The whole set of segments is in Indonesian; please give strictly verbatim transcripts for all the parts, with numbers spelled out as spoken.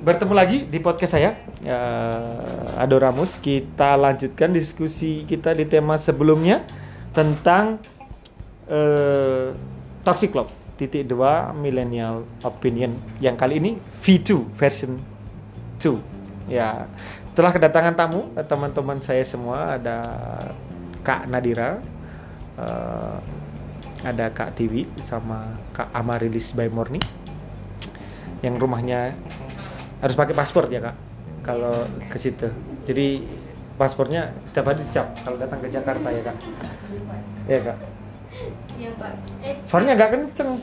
bertemu lagi di podcast saya, uh, Adoramus. Kita lanjutkan diskusi kita di tema sebelumnya tentang uh, toxic love titik dua millennial opinion, yang kali ini V two version two. Ya, telah kedatangan tamu, teman-teman saya semua. Ada Kak Nadira, uh, ada Kak Tiwi, sama Kak Amarilis by Morning, yang rumahnya harus pakai paspor ya Kak kalau ke situ. Jadi paspornya dapat dicap kalau datang ke Jakarta ya Kak. Ya Kak. Iya Pak. Eh, Suaranya agak kenceng.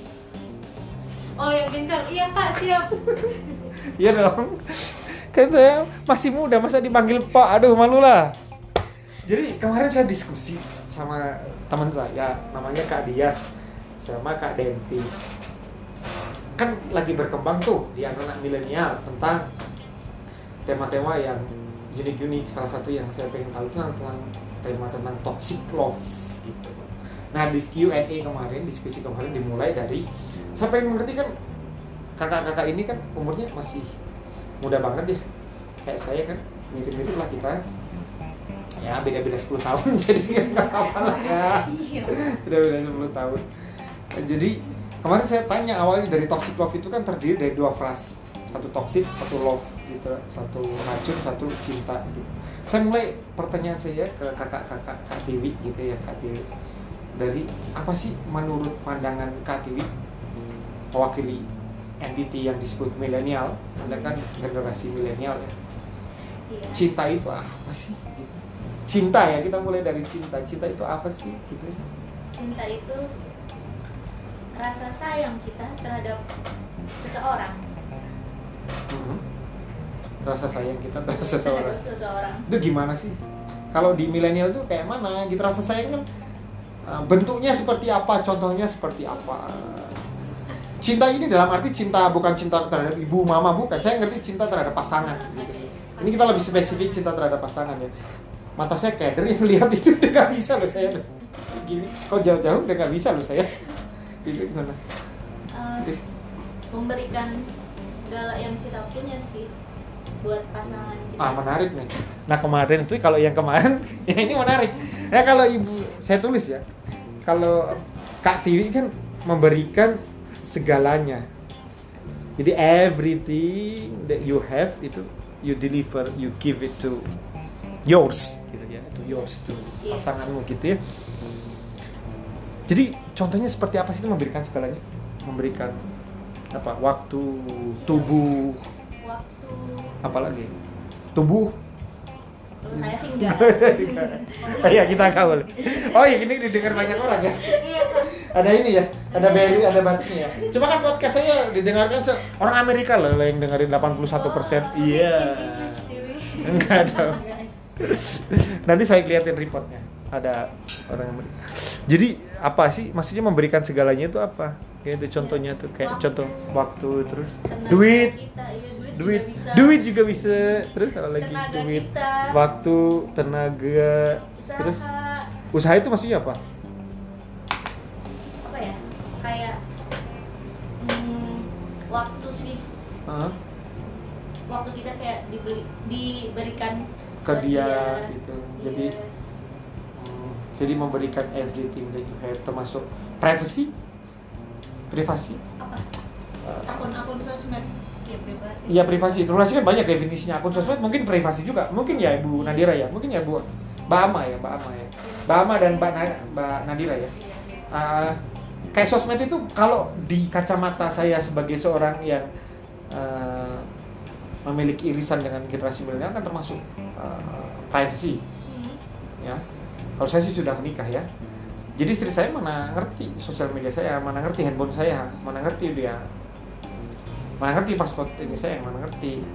oh yang kencang. Iya Pak, siap. Iya dong. Kan saya masih muda, masa dipanggil Pak? Aduh, malu lah. Jadi kemarin saya diskusi sama teman saya, namanya Kak Dias sama Kak Denti. Kan lagi berkembang tuh di anak-anak milenial tentang tema-tema yang unik-unik. Salah satu yang saya pengen tahu itu tentang tema tentang toxic love gitu. Nah, di Q and A kemarin, diskusi kemarin dimulai dari, saya pengen mengerti kan kakak-kakak ini kan umurnya masih muda banget ya, kayak saya kan, mirip-mirip lah kita ya, beda-beda sepuluh tahun jadi kan nggak apa-apa lah ya, beda-beda sepuluh tahun. Jadi kemarin saya tanya, awalnya dari toxic love itu kan terdiri dari dua frase, satu toxic, satu love gitu, satu racun, satu cinta gitu. Saya mulai pertanyaan saya ke kakak-kakak Kak Tiwi gitu ya, Kak Tiwi, dari apa sih menurut pandangan Kak Tiwi mewakili entity yang disebut milenial, Anda kan generasi milenial ya. Iya. Cinta itu apa sih? Gitu. Cinta ya, kita mulai dari cinta. Cinta itu apa sih? Gitu. Cinta itu rasa sayang kita terhadap seseorang. Mm-hmm. Rasa sayang kita terhadap seseorang. Terhadap seseorang. Itu gimana sih? Kalau di milenial itu kayak mana? Gitu, rasa sayang kan uh, bentuknya seperti apa? Contohnya seperti apa? Cinta ini dalam arti cinta bukan cinta terhadap ibu, mama, bukan. Saya ngerti cinta terhadap pasangan gitu. Ini kita lebih spesifik cinta terhadap pasangan ya. Mata saya keder yang melihat itu udah gak bisa loh saya. Gini, kok jauh-jauh udah gak bisa loh saya. Itu gimana? Uh, memberikan segala yang kita punya sih buat pasangan kita. Ah, menarik nih. Nah, kemarin itu kalau yang kemarin ya ini menarik. Ya kalau ibu saya tulis ya. Kalau Kak Tiwi kan memberikan segalanya. Jadi everything that you have itu you deliver, you give it to yours gitu ya, to yours to pasanganmu gitu ya. Jadi contohnya seperti apa sih itu memberikan segalanya? Memberikan apa? Waktu, tubuh, Waktu. apalagi? Tubuh. Kalau saya sih enggak. Iya, kita kawal. Oh iya, ini didengar banyak orang ya. Iya Pak. Ada ini ya, ada berry, ada batisnya ya. Cuma kan podcast saya didengarkan se- orang Amerika loh yang dengerin delapan puluh satu persen. Iya. Enggak ada. Nanti saya liatin reportnya. Ada orang Amerika. Jadi apa sih maksudnya memberikan segalanya itu apa? Kayak itu contohnya tuh kayak Waktu. contoh waktu, terus Tenaga duit. kita, iya, duit, Duit, juga bisa. duit juga bisa. Terus apa lagi? Tenaga Duit, kita. waktu, tenaga, Usaha. terus usaha itu maksudnya apa? Apa ya? Kayak hmm, waktu sih. Hah? Waktu kita kayak dibeli diberikan Ke buat dia gitu. Jadi Iya. hmm, jadi memberikan everything that you have, termasuk privacy, privasi. Apa? Uh, Akun-akun sosmed. Ya privasi. Iya, privasi. Privasi kan banyak definisinya. Akun sosmed mungkin privasi juga. Mungkin ya Ibu Nadira ya. Mungkin ya Bu Mbak Ama ya, Mbak Ama ya. Mbak Ama dan Mbak, Na- Mbak Nadira ya. Uh, kayak sosmed itu kalau di kacamata saya sebagai seorang yang uh, memiliki irisan dengan generasi milenial kan termasuk uh, privacy Hmm. ya. Kalau saya sih sudah menikah ya. Jadi istri saya mana ngerti sosial media saya, mana ngerti handphone saya, mana ngerti dia, mana ngerti paspor ini saya, mana ngerti,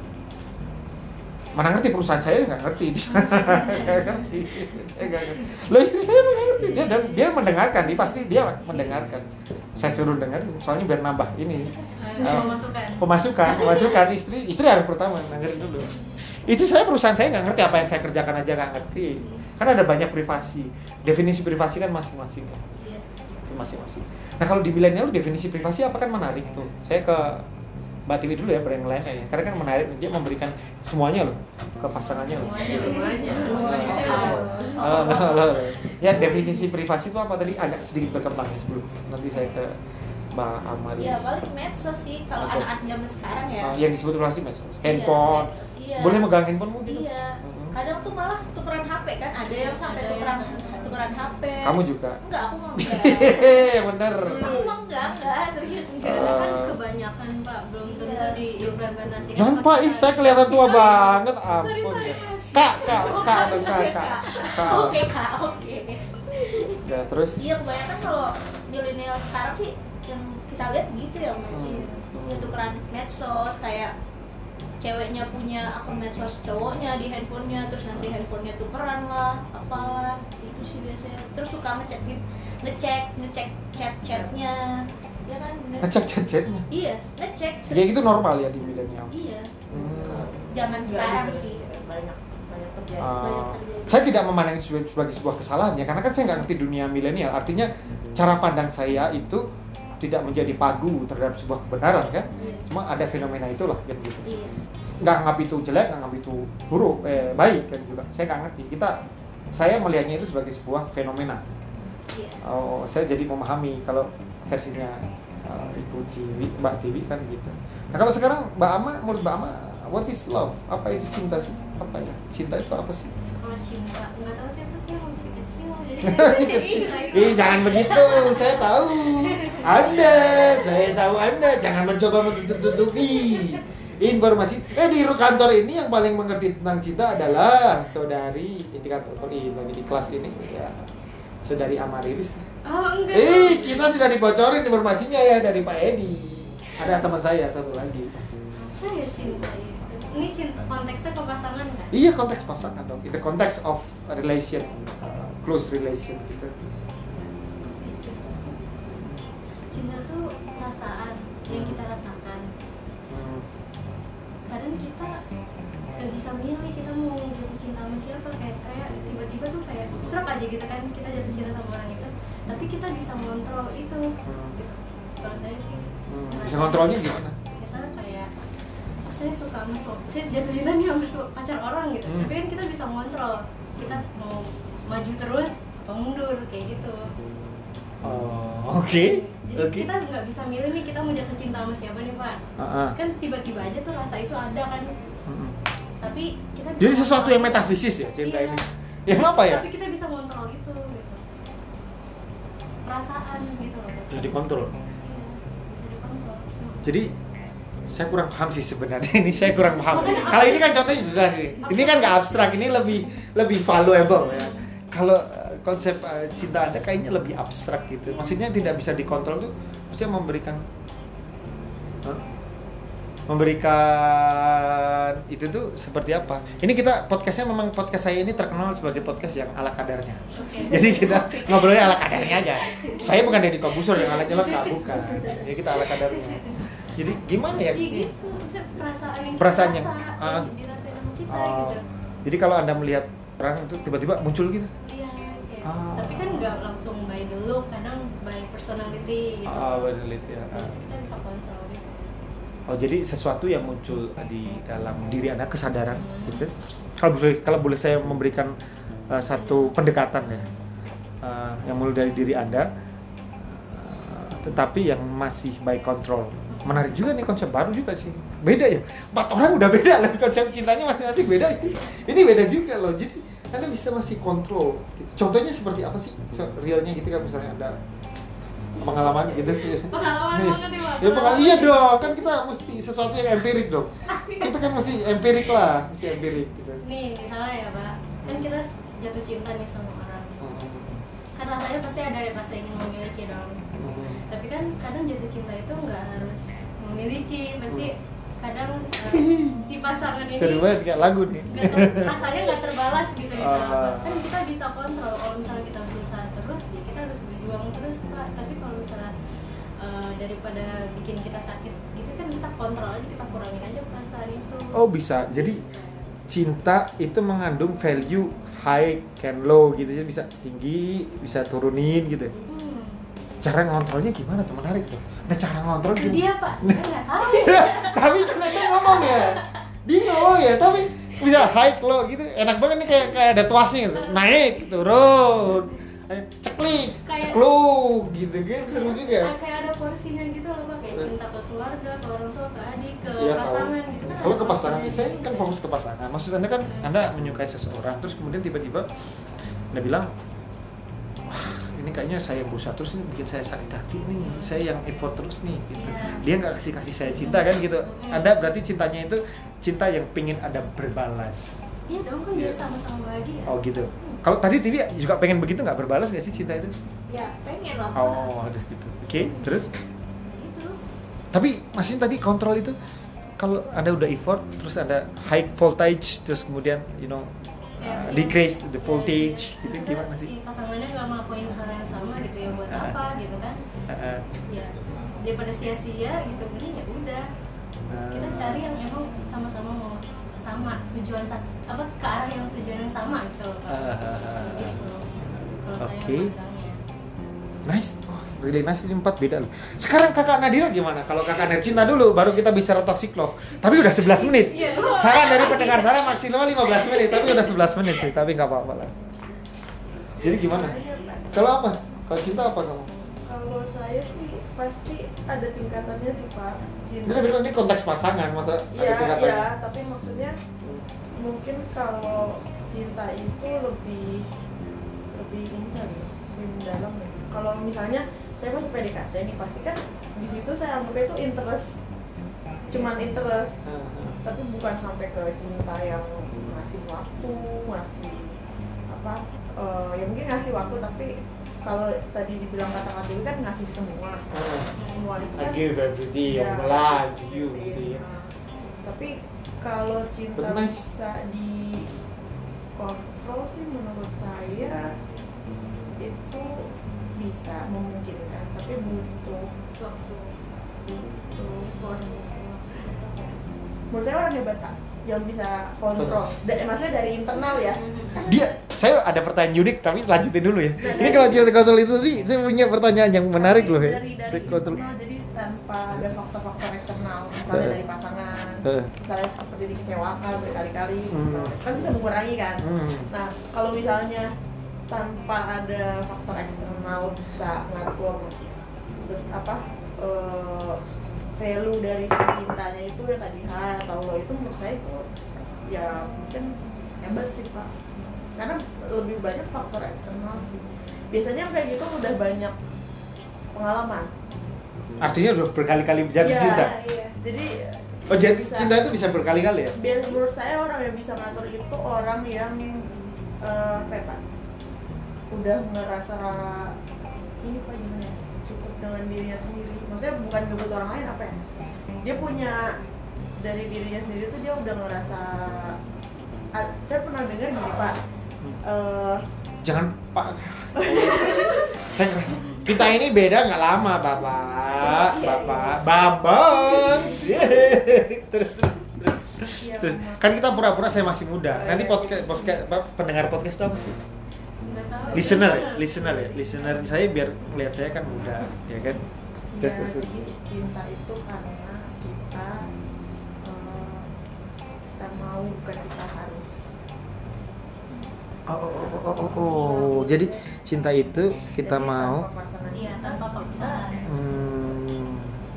mana ngerti perusahaan saya nggak ngerti, nggak ngerti, nggak ngerti. Lo istri saya mana ngerti, dia dan dia mendengarkan, dia pasti dia mendengarkan. Saya suruh dengar, soalnya biar nambah ini uh, Pemasukan. pemasukan, pemasukan istri, istri harus pertama dengerin dulu. Istri saya perusahaan saya nggak ngerti apa yang saya kerjakan aja nggak ngerti. Kan ada banyak privasi, definisi privasi kan masing-masing ya, Iya. masing-masing. Nah kalau di milenial definisi privasi apa kan menarik tuh. Saya ke Mbak Tiwi dulu ya, brand lain ya. Karena kan menarik, dia memberikan semuanya loh ke pasangannya loh. Semuanya, semuanya, semuanya. Halo, halo, halo. Ya, definisi privasi itu apa tadi? Agak sedikit berkembang ya sebelum nanti saya ke Mbak Amaris. Ya paling medsos sih kalau Medsos. anak-anak zaman sekarang ya. Uh, yang disebut privasi medsos. Iya, Handphone. medsos, iya. Boleh megang handphonemu gitu? Iya. Mm-hmm. Kadang tuh malah tukeran H P kan, ada yang sampai Ada tukeran yang- tukeran H P. Kamu juga? Enggak, aku mah enggak. Hehehe, bener. Aku mah enggak, enggak, serius enggak. Karena kan Eh. kebanyakan Pak belum tentu Iya. diimplementasikan. Jangan sama Pak, ih kita. saya kelihatan tua Sorry, banget, sorry, ampun sorry, ya. Mas. Kak, kak, Oh, kak, Kak, kak, kak, kak. Oke, Kak, oke. Ya terus. Iya, kebanyakan kalau milenial sekarang sih yang kita lihat gitu ya, Mbak. Hmm. Ya tukeran medsos, kayak ceweknya punya akun medsos cowoknya di handphonenya, terus nanti handphonenya tukeran lah, apalah, itu sih biasanya. Terus suka ngecek ngecek ngecek chat-chatnya, ya kan? Bener? Ngecek chat-chatnya. Iya, ngecek. Ya itu normal ya di milenial. Iya, Hmm. zaman sekarang sih. Banyak banyak terjadi. Uh, Banyak terjadi. saya tidak memandang itu sebagai sebagai sebuah kesalahan ya, karena kan saya nggak ngerti dunia milenial. Artinya cara pandang saya itu tidak menjadi pagu terhadap sebuah kebenaran kan. Iya. Cuma ada fenomena itulah kan gitu. Iya. Nggak anggap itu jelek, nggak anggap itu buruk, eh, baik kan juga. Saya nggak ngerti. Kita, saya melihatnya itu sebagai sebuah fenomena. Iya. Oh, saya jadi memahami kalau versinya uh, Ibu Tiwi, Mbak Tiwi kan gitu. Nah kalau sekarang Mbak Ama, menurut Mbak Ama, what is love? Apa itu cinta sih? Apa ya? Cinta itu apa sih? Kalau cinta, nggak tahu siapa sih yang masih kecil. Jadi cinta itu. Ih jangan begitu, saya tahu. Anda, saya tahu Anda. Jangan mencoba menutup-tutupi informasi. Eh di kantor ini yang paling mengerti tentang cinta adalah saudari ini kantor ini lagi di kelas ini ya. Saudari Amarilis. Oh enggak. Eh, kita sudah dibocorin informasinya ya dari Pak Edi. Ada teman saya satu lagi. Apa ya cinta itu? Ini cinta konteksnya ke pasangan kan? Iya, konteks pasangan dong. Itu konteks of relation, uh, close relation gitu. Apa ya cinta tuh? Cinta tuh perasaan yang kita rasakan. Hmm. Kadang kita nggak bisa milih kita mau jatuh cinta sama siapa, kayak kayak tiba-tiba tuh kayak serak aja gitu kan, kita jatuh cinta sama orang itu, tapi kita bisa mengontrol itu. Hmm. Gitu. Kalau saya sih Hmm. Bisa kontrolnya gimana? misalnya kayak oh, saya suka sama so- saya jatuh cinta nih sama so- pacar orang gitu, Hmm. tapi kan kita bisa mengontrol kita mau maju terus atau mundur kayak gitu. Oh, oke. Jadi Oke. kita nggak bisa milih nih kita mau jatuh cinta sama siapa nih Pak. Uh-uh. Kan tiba-tiba aja tuh rasa itu ada kan, Mm-mm. tapi kita bisa Jadi sesuatu yang mengontrol itu. metafisis ya cinta Iya. ini. Yang apa ya? Tapi kita bisa ngontrol itu gitu. Perasaan gitu loh. Bisa dikontrol. Iya, bisa dikontrol. Hmm. Jadi saya kurang paham sih sebenarnya ini saya kurang paham. Makanya Kalau ini kan contohnya jelas sih. Ini kan nggak abstrak, ini lebih lebih valuable ya. Kalau uh, konsep uh, cinta Anda kayaknya lebih abstrak gitu. Maksudnya tidak bisa dikontrol tuh, maksudnya memberikan Hah? memberikan itu tuh seperti apa? Ini kita podcastnya memang podcast saya ini terkenal sebagai podcast yang ala kadarnya. Oke. Jadi kita ngobrolnya ala kadarnya aja. Saya bukan Deddy Kobusor yang ala nyelekak, bukan. Jadi kita ala kadarnya. Jadi gimana ya? Iya gitu, maksudnya perasaan yang Perasaan kita yang- rasa, ah. yang dirasain sama kita Oh. gitu. Jadi kalau Anda melihat orang itu tiba-tiba muncul gitu. Iya, kayak. Ah. Tapi kan nggak langsung by the look, kadang by personality gitu. Ah, benar itu ya. Jadi kita bisa kontrol gitu. Oh, jadi sesuatu yang muncul di dalam diri Anda, kesadaran gitu. Kalau boleh kalau boleh saya memberikan uh, satu pendekatan ya. Uh, yang mulai dari diri Anda uh, tetapi yang masih by control. Menarik juga nih konsep baru juga sih. Beda ya. Empat orang udah beda loh konsep cintanya masing-masing beda. Ini beda juga loh. Jadi Anda bisa masih kontrol gitu. Contohnya seperti apa sih? So, realnya gitu kan misalnya Anda pengalaman gitu. Pengalaman banget ya Pak. Ya pengalaman iya dong, kan kita mesti sesuatu yang empirik dong. Kita kan mesti empirik lah, mesti empirik gitu. Nih misalnya ya Pak, kan kita jatuh cinta nih sama orang. Kan rasanya pasti ada rasa ingin memiliki dong. Tapi kan kadang jatuh cinta itu nggak harus memiliki, pasti kadang eh, si pasangan ini Seru banget kayak lagu nih. nggak ter- rasanya nggak terbalas gitu misalnya Ah. Pak. Kan kita bisa kontrol kalau misalnya kita berusaha terus ya kita harus berjuang terus Pak. Tapi kalau misalnya eh, daripada bikin kita sakit gitu kan kita kontrol aja, kita kurangin aja perasaan itu. Oh bisa, jadi cinta itu mengandung value high and low gitu, jadi bisa tinggi, bisa turunin gitu. Hmm. cara ngontrolnya gimana tuh, menarik tuh. Nah cara ngontrol Itu gimana? dia Pak, saya nggak tahu. Tapi kan dia ngomong ya, dia ngomong ya, tapi bisa high low gitu, enak banget nih kayak kayak ada tuasnya gitu, naik, turun, ceklik, Kayak- cekluk gitu kan, seru juga. Ah, kayak ada porsinya gitu loh Pak, kayak cinta ke keluarga, ke orang tua, ke adik, ke Iya, tahu. pasangan gitu kan. Kalau ada ke pasangan, porsinya saya gitu. kan fokus ke pasangan. Maksud anda kan, anda menyukai seseorang, terus kemudian tiba-tiba anda bilang, wah ini kayaknya saya yang berusaha terus, ini bikin saya sakit hati nih, saya yang effort terus nih, gitu. Iya. Dia nggak kasih kasih saya cinta kan gitu. Anda berarti cintanya itu cinta yang pingin ada berbalas. Iya dong, kan biar sama-sama bahagia. Oh gitu. Kalau tadi T V juga pengen begitu nggak, berbalas nggak sih cinta itu? Ya pengen lah. Oh harus gitu. Oke, terus? Gitu. Tapi maksudnya tadi kontrol itu kalau Anda udah effort terus ada high voltage terus kemudian you know uh, Ya, decrease the ya, voltage ya. gitu Maksudnya gimana sih? si pasangannya nggak ngelakuin hal yang sama gitu ya, buat Ah. apa gitu kan? Uh, Ya daripada sia-sia gitu, mending ya udah kita cari yang emang sama-sama mau sama tujuan sat- apa ke arah yang tujuan yang sama gitu loh Pak. Ah. Gitu. Kalau saya Oke. mandangnya. Nice. Oh, really nice, ini empat beda loh. Sekarang kakak Nadira gimana? Kalau kakak Nadira cinta dulu baru kita bicara toxic love. Tapi udah sebelas menit. Iya. Saran dari pendengar saya maksimal lima belas menit, tapi udah sebelas menit sih, tapi nggak apa-apa lah. Jadi gimana? Kalau apa? Kalau cinta apa kamu? Kalau saya sih pasti ada tingkatannya sih Pak. Ini kan ini konteks pasangan, masa ada Iya, tingkatannya? iya, tapi maksudnya mungkin kalau cinta itu lebih lebih ini kali ya, lebih mendalam ya. Kalau misalnya saya masih P D K T nih, pasti kan di situ saya anggapnya itu interest, cuman interest, tapi bukan sampai ke cinta yang ngasih waktu, ngasih apa, eh, ya mungkin ngasih waktu, tapi kalau tadi dibilang kata-kata itu kan ngasih semua, semua itu I kan give everything ya, of my life to you gitu ya. Nah, tapi kalau cinta But nice. bisa dikontrol sih menurut saya itu bisa memungkinkan, tapi butuh Waktu. butuh menurut saya orang hebat Kak, yang bisa kontrol. Da- maksudnya dari internal ya. Dia, saya ada pertanyaan unik tapi lanjutin dulu ya. Ini kalau cinta kontrol itu tadi, saya punya pertanyaan yang menarik Tapi loh ya. Dari dari Kontrol. internal, jadi tanpa ada faktor-faktor eksternal, misalnya Eh. dari pasangan, Eh. misalnya seperti dikecewakan berkali-kali, Hmm. gitu. Kan bisa mengurangi kan. Hmm. Nah, kalau misalnya tanpa ada faktor eksternal bisa ngatur be- apa eh, value dari si cintanya itu yang tadi ha atau lo, itu menurut saya itu ya mungkin hebat sih Pak, karena lebih banyak faktor eksternal sih. Biasanya kayak gitu udah banyak pengalaman. Artinya udah berkali-kali jatuh Iya, cinta. Iya. Jadi Oh jadi bisa- cinta itu bisa berkali-kali ya? biar menurut saya orang yang bisa ngatur itu orang yang eh, apa ya, Pak, udah ngerasa ini Pak gimana ya, cukup dengan dirinya sendiri. Maksudnya bukan ngebut orang lain apa ya, dia punya dari dirinya sendiri tuh dia udah ngerasa. A- saya pernah dengar gini Pak, eh, Jangan Pak. Saya ngerasa, kita ini beda nggak lama Bapak, Bapak, Bambang. Terus, terus, terus. ya, Terus, sama- kan kita pura-pura saya masih muda. Nanti podcast, podcast apa, pendengar podcast itu apa sih? Nggak tahu. Listener, ya? listener ya, listener saya biar melihat saya kan muda, ya kan? ya, Terus, terus, terus. jadi cinta itu karena kita eh, kita mau, bukan kita harus. Oh, oh, oh, oh, oh, oh. Jadi cinta itu kita Jadi mau. tanpa pasangan Iya, kita, tanpa kita paksaan. Hmm,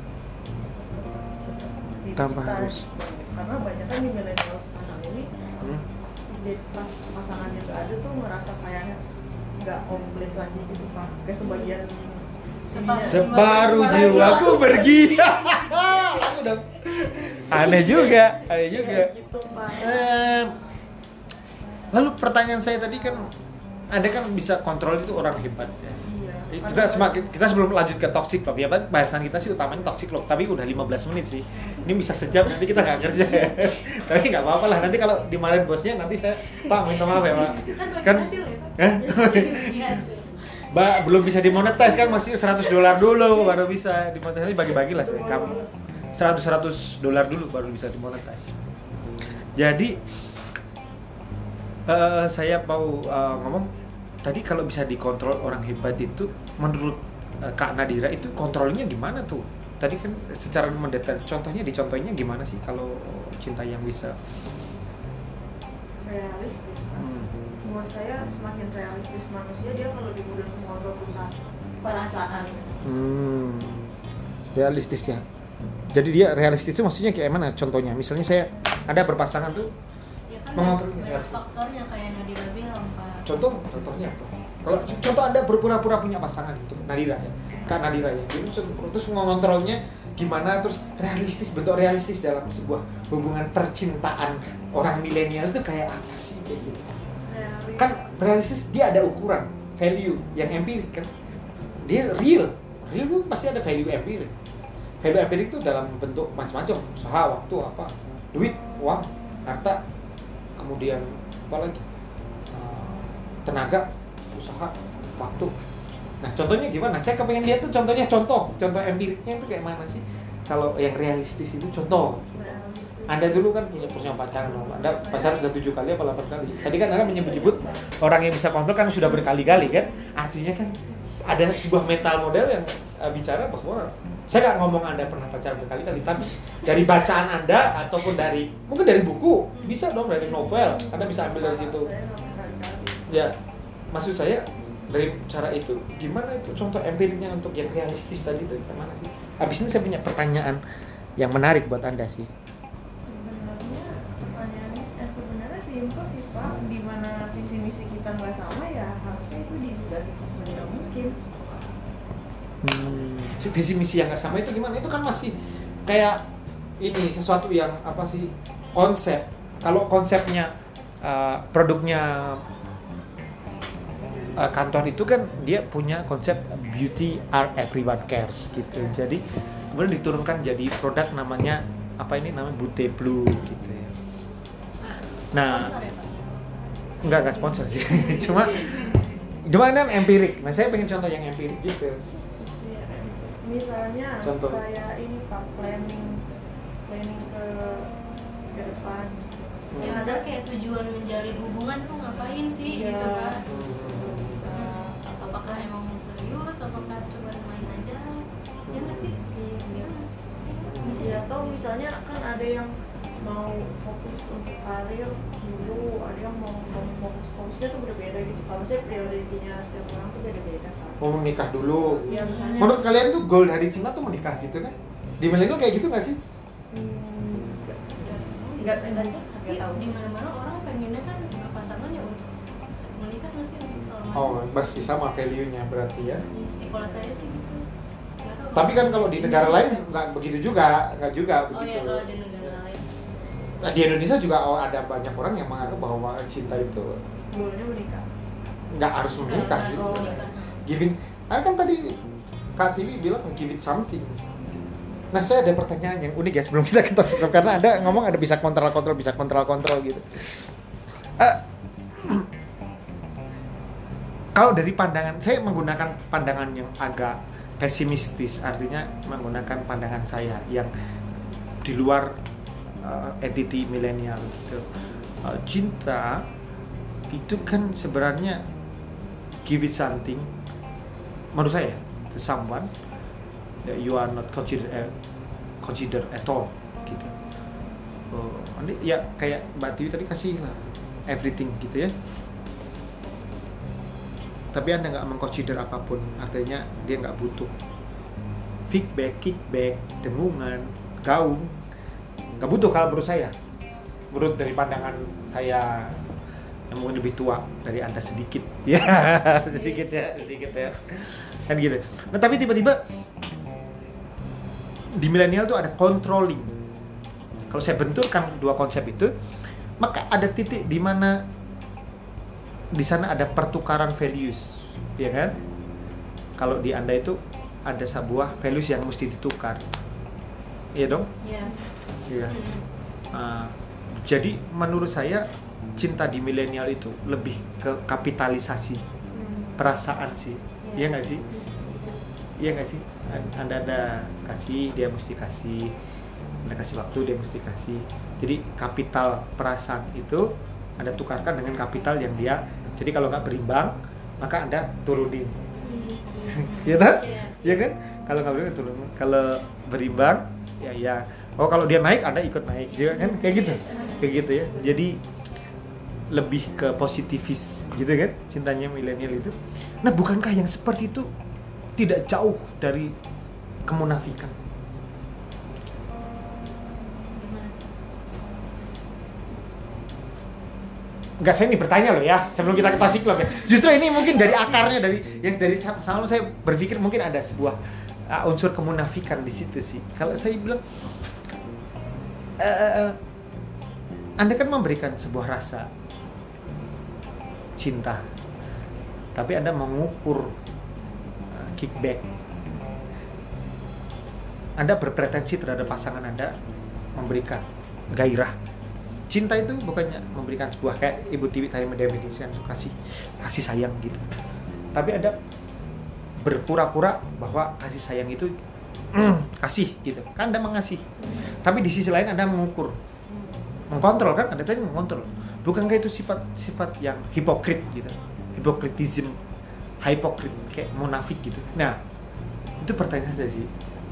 Jadi tanpa kita- harus. karena banyak kan di milenial sekarang ini Hmm. di pas pasangannya tuh ada tuh ngerasa kayak nggak komplit lagi gitu Pak, kayak sebagian Separuh. Separuh jiwaku pergi. Aku udah aneh juga, aneh juga. kayak gitu Pak. Em, lalu pertanyaan saya tadi kan, Anda kan bisa kontrol itu orang hebat ya. Iya. Kita semakin kita sebelum lanjut ke toxic love ya, Pak, bahasan kita sih utamanya toxic love, tapi udah lima belas menit sih. Ini bisa sejam, nanti kita nggak kerja ya. Tapi nggak apa-apa lah, nanti kalau dimarahin bosnya nanti saya, Pak minta maaf ya Pak. Kan bagi Kan- hasil ya Pak. Hah? Iya sih. Mbak belum bisa dimonetize kan, masih seratus dolar dulu baru bisa dimonetize. Nanti bagi-bagi lah kamu. seratus seratus dolar dulu baru bisa dimonetize. Jadi eh, saya mau eh, ngomong tadi, kalau bisa dikontrol orang hebat itu menurut uh, Kak Nadira itu kontrolnya gimana tuh? Tadi kan secara mendetail, contohnya dicontohnya gimana sih kalau cinta yang bisa realistis kan? hmm. Menurut saya semakin realistis manusia dia akan lebih mudah mengontrol perasaan perasaan Hmm, realistis ya. Jadi dia realistis itu maksudnya kayak mana? Contohnya, misalnya saya ada berpasangan tuh, Ya kan mengontrol banyak realistis. faktornya kayak Nadira bilang Pak. Contoh, contohnya apa? Kalau contoh Anda berpura-pura punya pasangan itu, Nadira ya, Kak Nadira ya. Jadi terus mengontrolnya gimana? Terus realistis, bentuk realistis dalam sebuah hubungan percintaan orang milenial itu kayak apa sih kayak gitu? realistis. Kan realistis dia ada ukuran value yang empirik kan, dia real real itu pasti ada value empirik. Value empirik itu dalam bentuk macam-macam, usaha, waktu, apa, duit, uang, harta, kemudian apa lagi, uh, tenaga, usaha, waktu. Nah contohnya gimana? Saya kepengen lihat tuh contohnya, contoh contoh empiriknya itu kayak mana sih kalau yang realistis itu. Contoh, Realistis. Anda dulu kan punya punya pacaran, Anda pacaran sudah tujuh kali apa delapan kali. Tadi kan Anda menyebut-nyebut orang yang bisa kontrol kan sudah berkali-kali kan. Artinya kan ada sebuah mental model yang uh, bicara bahwa saya nggak ngomong Anda pernah pacaran berkali-kali, tapi dari bacaan Anda ataupun dari mungkin dari buku, bisa dong, dari novel, Anda bisa ambil dari situ. Saya nggak berkali-kali. Ya, maksud saya dari cara itu, gimana itu contoh empiriknya untuk yang realistis tadi itu gimana sih? Abis ini saya punya pertanyaan yang menarik buat Anda sih. Sebenarnya pertanyaannya eh, sebenarnya simpel sih Pak, di mana visi misi kita nggak sama ya harusnya itu disudahi sesegera mungkin. Hmm, visi misi yang nggak sama itu gimana? Itu kan masih kayak ini sesuatu yang apa sih, konsep. Kalau konsepnya uh, produknya uh, kantor itu kan dia punya konsep beauty art everyone cares gitu. Jadi kemudian diturunkan jadi produk namanya apa ini namanya Bute Blue gitu ya. Nah, Sponsor ya Pak? enggak enggak sponsor sih. Cuma cuma ini kan empirik. Nah, saya pengen contoh yang empirik gitu. Misalnya Contoh. kayak ini Pak, planning planning ke ke depan. Ya misalnya kayak tujuan menjalin hubungan tuh ngapain sih Iya. gitu Pak? Bisa Apakah emang serius? Apakah cuma main aja? Ya nggak sih? Iya. ya, atau misalnya kan ada yang mau fokus untuk karir dulu, ada yang mau, mau fokus fokusnya tuh berbeda gitu. Kalau saya prioritinya setiap orang tuh beda-beda kan. Mau menikah dulu. Ya misalnya. Menurut kalian tuh goal dari cinta tuh menikah gitu kan? Di milenial kayak gitu nggak sih? Hmm, nggak Nggak, nggak tapi nggak tahu. di mana-mana orang pengennya kan berpasangan ya untuk menikah nggak sih untuk selamanya? Oh, masih sama value-nya berarti ya. Eh, kalau saya sih gitu. Nggak tahu. Tapi kan kalau di negara lain nggak begitu juga, nggak juga Oh begitu. ya kalau di negara lain. Nah, di Indonesia juga oh, ada banyak orang yang menganggap bahwa cinta itu Goalnya menikah. nggak harus menikah Nggak gitu. harus menikah. Giving, ah, kan tadi Kak Tiwi bilang give it something. Nah, saya ada pertanyaan yang unik ya sebelum kita ke tos, karena ada ngomong ada bisa kontrol-kontrol, bisa kontrol-kontrol gitu. Uh, kalau dari pandangan, saya menggunakan pandangan yang agak pesimistis, artinya menggunakan pandangan saya yang di luar uh, entity milenial gitu. Uh, cinta itu kan sebenarnya give it something, menurut saya, to someone that you are not consider uh, consider at all gitu. Oh, nanti ya kayak Mbak Tiwi tadi kasih lah everything gitu ya. Tapi Anda nggak mengconsider apapun, artinya dia nggak butuh feedback, kickback, dengungan, gaung, nggak butuh kalau menurut saya. Menurut dari pandangan saya yang mungkin lebih tua dari Anda sedikit, ya sedikit ya, sedikit ya, kan gitu. Nah tapi tiba-tiba di milenial tuh ada controlling. Kalau saya benturkan dua konsep itu, maka ada titik di mana di sana ada pertukaran values, ya kan? Kalau di Anda itu ada sebuah values yang mesti ditukar, iya dong? Iya. Iya. Uh, jadi menurut saya cinta di milenial itu lebih ke kapitalisasi Hmm. perasaan sih, iya nggak sih? Iya nggak sih? Anda ada kasih, dia mesti kasih. Anda kasih waktu, dia mesti kasih. Jadi kapital perasaan itu Anda tukarkan dengan kapital yang dia. Jadi kalau nggak berimbang, maka Anda turunin. Hmm. ya kan? Iya. Ya kan? Kalau nggak berimbang turun, kalau berimbang ya ya. Oh kalau dia naik Anda ikut naik, juga kan? Kayak gitu, kayak gitu ya. Jadi lebih ke positivis gitu kan cintanya milenial itu. Nah bukankah yang seperti itu tidak jauh dari kemunafikan? Gimana? Enggak, saya ini bertanya loh ya, sebelum kita ke psikolog ya. Justru ini mungkin dari akarnya, dari yang dari selalu saya berpikir mungkin ada sebuah uh, unsur kemunafikan di situ sih. Kalau saya bilang, uh, Anda kan memberikan sebuah rasa cinta, tapi Anda mengukur uh, kickback. Anda berpretensi terhadap pasangan Anda memberikan gairah. Cinta itu bukannya memberikan sebuah kayak Ibu Tiwi tadi mendefinisikan kasih kasih sayang gitu. Tapi ada berpura-pura bahwa kasih sayang itu mm, kasih gitu. Kan Anda mengasih. Tapi di sisi lain Anda mengukur. Mengkontrol kan? Anda tadi mengontrol. Bukankah itu sifat-sifat yang hipokrit gitu. Hipokritism, hipokrit kayak munafik gitu. Nah, itu pertanyaan saya sih.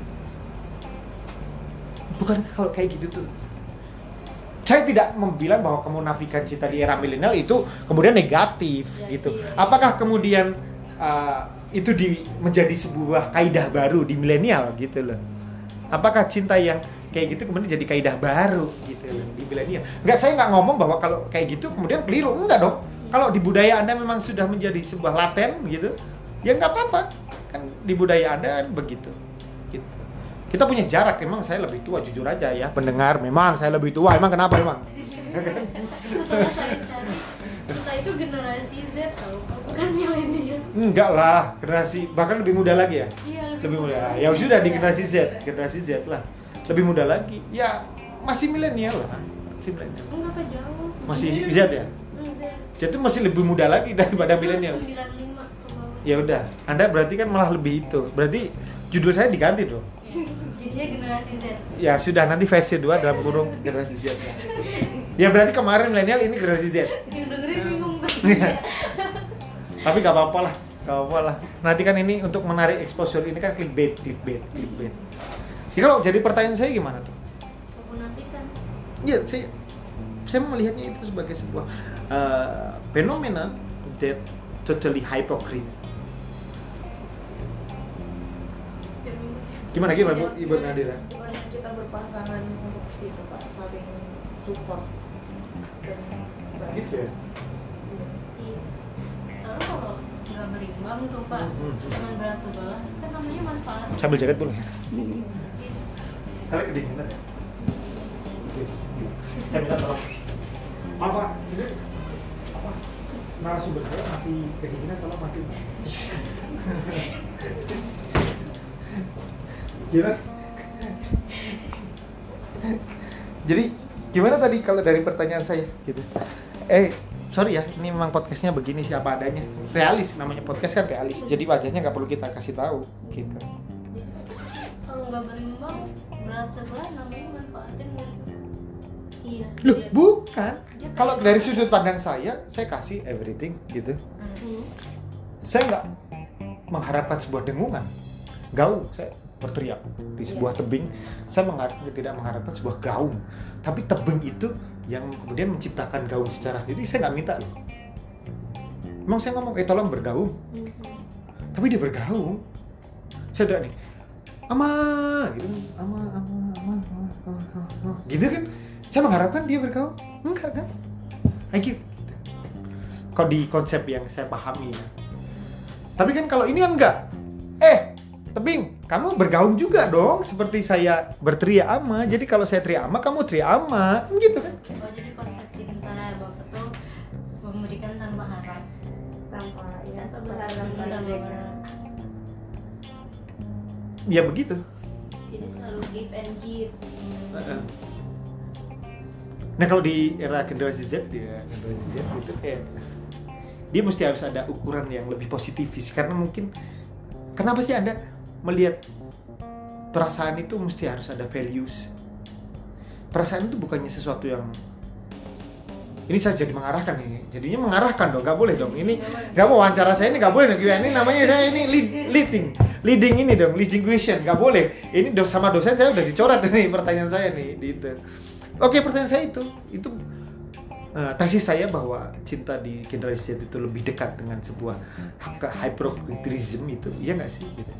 Bukan kalau kayak gitu tuh. Saya tidak membilang bahwa kemunafikan cinta di era milenial itu kemudian negatif Ya, gitu. iya. Apakah kemudian uh, itu di, menjadi sebuah kaidah baru di milenial gitu loh? Apakah cinta yang kayak gitu kemudian jadi kaidah baru gitu loh di milenial? Enggak, saya nggak ngomong bahwa kalau kayak gitu kemudian keliru, enggak dong. Kalau di budaya Anda memang sudah menjadi sebuah laten gitu, ya nggak apa-apa. Kan di budaya Anda begitu. Gitu. Kita punya jarak, emang saya lebih tua, jujur aja ya pendengar, memang saya lebih tua, emang kenapa emang? Setelah saya cari, kita itu generasi Z tau, bukan milenial. Enggak lah, generasi bahkan lebih muda lagi ya? Iya, Lebih muda. Ya sudah di generasi Z, generasi Z lah. Lebih muda lagi. Ya masih milenial lah. Masih milenial. Enggak apa jauh. Masih Z ya? Hmm, Z. Z itu masih lebih muda lagi daripada milenial. sembilan puluh lima ke bawah. Ya udah, Anda berarti kan malah lebih itu. Berarti judul saya diganti dong. Jadinya generasi Z. Ya sudah, nanti versi dua dalam kurung generasi Z. Ya berarti kemarin milenial, ini generasi Z. Yang dengerin bingung banget. Tapi gak apa-apa lah, gak apa-apa lah. Nanti kan ini untuk menarik exposure, ini kan clickbait, clickbait, clickbait. Ya kalau jadi pertanyaan saya gimana tuh? Kemunafikan. Iya, saya saya melihatnya itu sebagai sebuah uh, fenomena that totally hypocrite. Gimana gimana Bu Ibu Nadira? Gimana kita berpasangan untuk itu Pak, saling support dan bantu. Gitu ya. Iya. Soalnya kalau nggak berimbang tuh Pak, Hmm. cuman berat sebelah, kan namanya manfaat. Sambil jaket dulu ya. Iya. Kalian kedinginan ya? Saya minta tolong. Maaf Pak, ini apa? Narasumber saya masih kedinginan, tolong mati. Gimana? Jadi gimana tadi kalau dari pertanyaan saya gitu? Eh sorry ya, ini memang podcastnya begini siapa adanya. Realis, namanya podcast kan realis. Jadi wajahnya nggak perlu kita kasih tahu gitu. Kalau nggak berimbang, berat sebelah namanya manfaatin nggak sih? Iya. Loh bukan. Kalau dari sudut pandang saya, saya kasih everything gitu. Hmm. Saya nggak mengharapkan sebuah dengungan, gaung. Saya berteriak di sebuah tebing. Saya mengharap, tidak mengharapkan sebuah gaung, tapi tebing itu yang kemudian menciptakan gaung secara sendiri. Saya nggak minta loh. Emang saya ngomong, eh tolong bergaung, tapi dia bergaung. Saya teriak nih, ama, gitu, ama, ama, ama, ama, ama, ama, gitu kan? Saya mengharapkan dia bergaung, enggak kan? Thank you. Gitu. Kalau di konsep yang saya pahami. Ya. Tapi kan kalau ini kan enggak. Eh, tebing, kamu bergaung juga dong, seperti saya berteriak ama. Jadi kalau saya teriak ama, kamu teriak ama, kan gitu kan? Oh jadi konsep cinta Bapak tuh memberikan tanpa harap. Tanpa ya Tanpa berharap. Tanpa berharap. Ya begitu. Jadi selalu give and give. Uh-uh. Nah kalau di era generasi Z, ya generasi Z itu kayak dia mesti harus ada ukuran yang lebih positifis, karena mungkin kenapa sih Anda melihat perasaan itu mesti harus ada values. Perasaan itu bukannya sesuatu yang ini saya jadi mengarahkan nih, jadinya mengarahkan dong, nggak boleh dong, ini nggak mau wawancara saya ini nggak boleh dong, ini namanya saya ini lead, leading, leading ini dong, leading question, nggak boleh, ini dos sama dosen saya udah dicoret nih pertanyaan saya nih, di itu. Oke, pertanyaan saya itu, itu uh, tesis saya bahwa cinta di generasi Z itu lebih dekat dengan sebuah hyperocentrism itu, iya nggak sih? Gitu.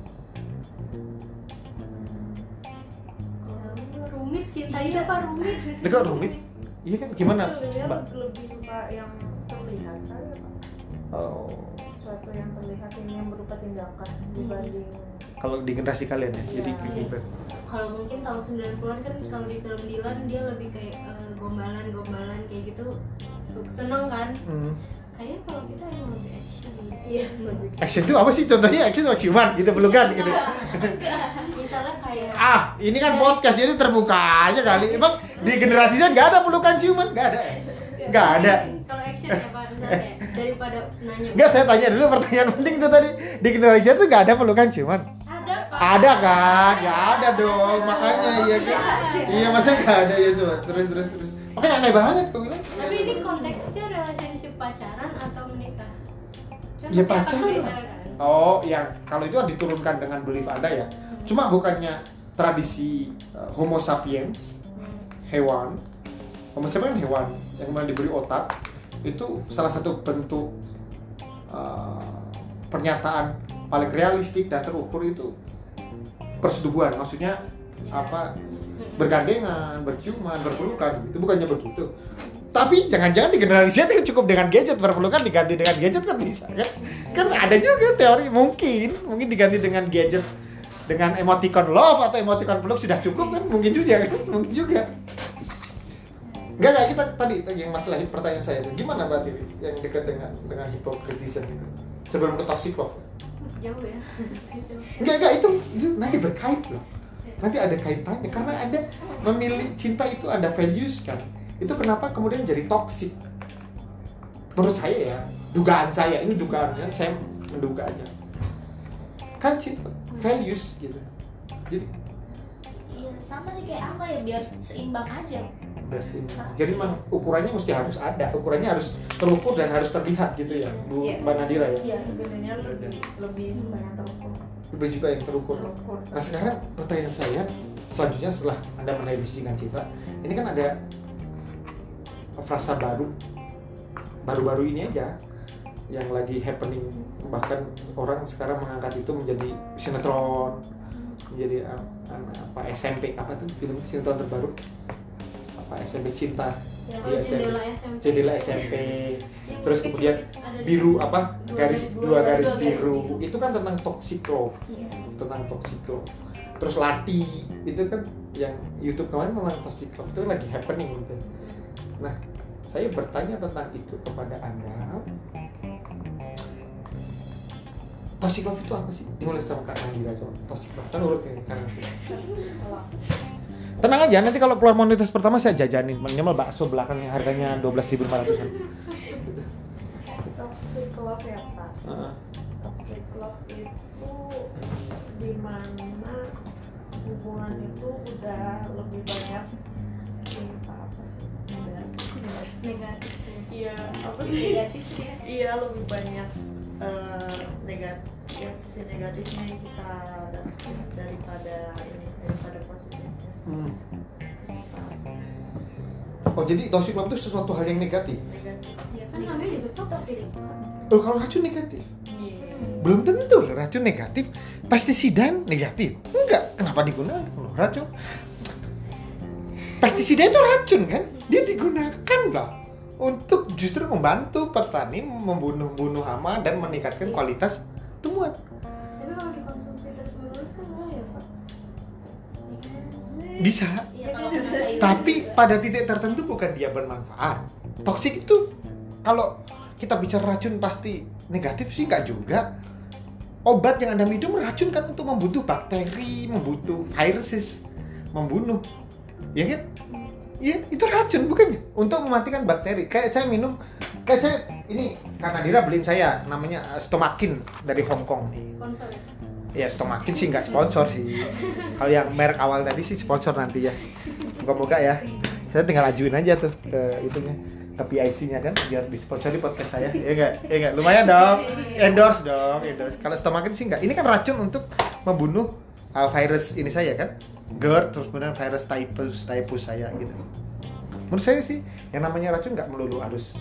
Rumit cinta itu apa rumit? Dekat rumit. Iya kan, gimana, Dia Mbak? lebih suka yang terlihat saja, Pak. Oh, Sesuatu yang terlihat ini yang berupa tindakan dibanding kalau di generasi kalian ya, jadi Iya. gimana? Kalau mungkin tahun sembilan puluhan kan kalau di film Dylan dia lebih kayak eh, gombalan-gombalan kayak gitu su- seneng kan? Hmm. Kayaknya kalau kita yang lebih action gitu. iya lebih Action itu apa sih? Contohnya action apa ciuman gitu, pelukan gitu. Misalnya kayak Ah, ini kan podcast jadi terbuka aja kali. Emang di generasi Z nggak ada pelukan ciuman? Nggak ada. Nggak ada. Kalau action apa misalnya kayak daripada nanya Nggak, saya tanya dulu pertanyaan penting itu tadi. Di generasi Z tuh nggak ada pelukan ciuman. ada Pak. Ada kan? Nggak ada dong. Makanya iya kan. Iya, masa nggak ada ya, coba. Terus terus terus. Oke, aneh banget kok bilang. Tapi ini konteksnya relationship pacaran atau menikah? Kan Ya, pasti akan pacaran. beda, kan? Oh, ya kalau itu diturunkan dengan belief Anda ya. Cuma bukannya tradisi uh, Homo sapiens, hewan, Homo sapiens hewan yang kemudian diberi otak, itu salah satu bentuk uh, pernyataan paling realistik dan terukur itu persetubuhan. Maksudnya apa? Bergandengan, berciuman, berpelukan, itu bukannya begitu. Tapi jangan-jangan di generasi Z itu cukup dengan gadget, berpelukan diganti dengan gadget kan bisa kan? Kan ada juga teori mungkin, mungkin diganti dengan gadget dengan emoticon love atau emoticon peluk sudah cukup kan? Mungkin juga kan? Mungkin juga. Enggak, enggak, kita tadi yang masalah pertanyaan saya itu gimana Mbak Tiwi yang dekat dengan dengan hypocritism itu sebelum ke toxic love? Jauh ya. Enggak, enggak, itu, itu nanti berkait loh. Nanti ada kaitannya karena Anda memilih cinta itu ada values kan. Itu kenapa kemudian jadi toxic? Menurut saya ya, dugaan saya, ini dugaannya, saya menduga aja. Kan cinta values gitu. Jadi Iya, sama sih kayak apa ya, biar seimbang aja. bersimbang. Jadi memang ukurannya mesti harus ada, ukurannya harus terukur dan harus terlihat gitu ya, Bu Iya. Mbak Nadira ya. iya sebenarnya lebih lebih suka yang terukur Lebih juga yang terukur. terukur Nah sekarang pertanyaan saya selanjutnya setelah Anda mendefinisikan cinta, ini kan ada frasa baru, baru-baru ini aja yang lagi happening, bahkan orang sekarang mengangkat itu menjadi sinetron, menjadi um, um, apa S M P apa tuh film sinetron terbaru apa S M P cinta Ya, di S M P, jendela S M P. jendela S M P, terus kemudian Ada biru apa dua garis garis- dua dua garis garis biru biru. itu kan tentang toxic love, Iya. tentang toxic love. Terus Lati itu kan yang YouTube kemarin tentang toxic love itu lagi happening gitu. Nah, saya bertanya tentang itu kepada Anda. Toxic love itu apa sih? Dimulai sama Kak Nandira coba. Toxic love kan urut ya kan. Tenang aja, nanti kalau keluar monetis pertama saya jajanin minimal bakso belakangnya harganya dua belas ribu lima ratusan. toxic love ya Pak. Heeh. Toxic love itu dimana hubungan itu udah lebih banyak cinta apa sih? Negatif. Negatif. Iya, apa sih? Negatif sih ya. Iya, lebih banyak eh, negatif, ya, sisi negatifnya yang kita dapat daripada ini daripada positifnya. Hmm. Oh, jadi toxic love itu sesuatu hal yang negatif. Negatif. Ya kan namanya juga toxic. Oh, kalau racun negatif? Iya. Belum tentu loh racun negatif. Pestisida negatif? Enggak. Kenapa digunakan loh racun? Pestisida itu racun kan? Dia digunakan loh untuk justru membantu petani membunuh-bunuh hama dan meningkatkan kualitas tumbuhan. Tapi kalau dikonsumsi terus menerus kan bahaya Pak. Bisa. Iya, kalau kena sayuran Tapi juga. pada titik tertentu bukan dia bermanfaat. Toksik itu kalau kita bicara racun pasti negatif sih enggak juga. Obat yang Anda minum racun kan untuk membunuh bakteri, membunuh viruses, membunuh. Ya kan? Iya, itu racun bukannya? Untuk mematikan bakteri. Kayak saya minum, kayak saya ini Kak Nadira beliin saya namanya uh, Stomakin dari Hong Kong. Sponsor ya. Ya Stomakin sih nggak sponsor sih. Kalau yang merek awal tadi sih sponsor nanti ya. Moga-moga ya. Saya tinggal ajuin aja tuh ke itunya. P I C-nya kan biar disponsori podcast saya. Ya enggak? Ya enggak? Lumayan dong. Endorse dong, endorse. Kalau stomakin sih enggak. Ini kan racun untuk membunuh uh, virus ini saya kan. GERD terus kemudian virus typhus typhus saya gitu. Menurut saya sih yang namanya racun enggak melulu harus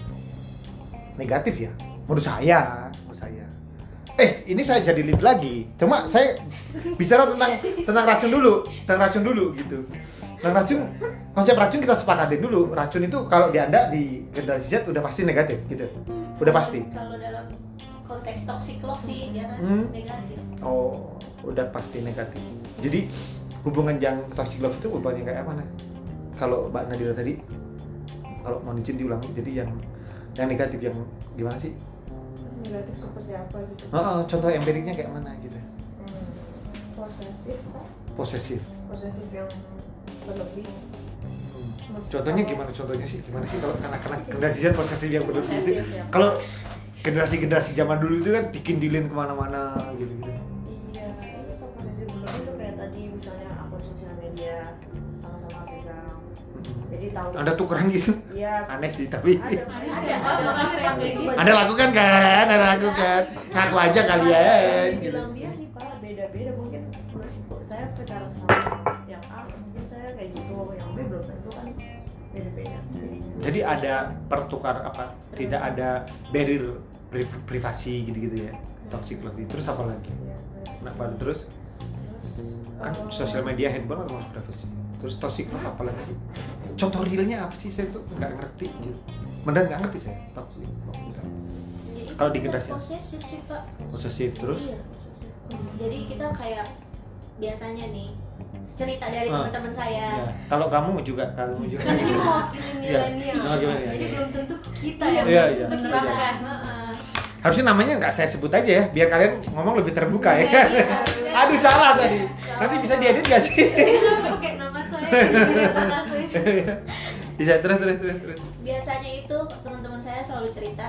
negatif ya. Menurut saya, menurut saya. Eh, ini saya jadi lead lagi. Cuma saya bicara tentang tentang racun dulu, tentang racun dulu gitu. Tentang racun, konsep racun kita sepakatin dulu. Racun itu kalau di Anda di generasi Z udah pasti negatif gitu. Udah pasti. Kalau dalam konteks toxic love sih jangan Hmm. negatif. Oh, udah pasti negatif. Jadi hubungan yang toxic love itu hubungannya kayak mana? Kalau Mbak Nadira tadi, kalau mau izin diulang, jadi yang yang negatif yang gimana sih? Negatif seperti apa gitu? Oh, contoh empiriknya kayak mana gitu? Hmm, posesif Pak. Posesif. Posesif yang berlebih. Hmm. Maksud Contohnya kalau- gimana? Contohnya sih gimana sih kalau anak-anak generasi Z posesif yang berlebih itu? Posesif ya. Kalau generasi-generasi zaman dulu itu kan dikindilin kemana-mana gitu-gitu. Iya, itu kalau posesif berlebih tuh kayak tadi misalnya akun sosial media sama-sama pegang. Jadi tahu. Anda tukeran gitu? Iya. Aneh sih tapi. Ada, Ada, ada orang yang kayak gitu. Anda lakukan kan? Anda lakukan. Ngaku aja kalian. Gitu. Bilang dia sih Pak, beda-beda mungkin meskipun saya pacaran sama yang A, mungkin saya kayak gitu, yang B belum tentu kan beda-beda. Jadi ada pertukar apa? Tidak ada barrier pri- privasi gitu-gitu ya. Toxic love. Terus apa lagi? Iya, Kenapa terus? Kan Oh. sosial media handphone atau masuk privasi. Terus toxic love apa lagi sih? Contoh realnya apa sih? Saya tuh nggak ngerti gitu. Beneran nggak ngerti saya. Toxic love. Jadi Kalau di kita generasi apa? posesif sih Pak. Posesif terus. Iya, posesif. Jadi kita kayak biasanya nih cerita dari Ah. teman-teman saya. Ya. Kalau kamu juga, kamu juga. Kan ini mewakili Iya. milenial, Mewakili, iya, jadi iya. belum tentu kita Iya, yang iya, iya. menerapkan. Heeh. Harusnya namanya nggak saya sebut aja ya, biar kalian ngomong lebih terbuka ya. Iya, iya, harusnya. Aduh salah tadi. Nanti bisa diedit nggak sih? Bisa pakai nama saya, nama saya. Bisa terus terus terus terus. Biasanya itu teman-teman saya selalu cerita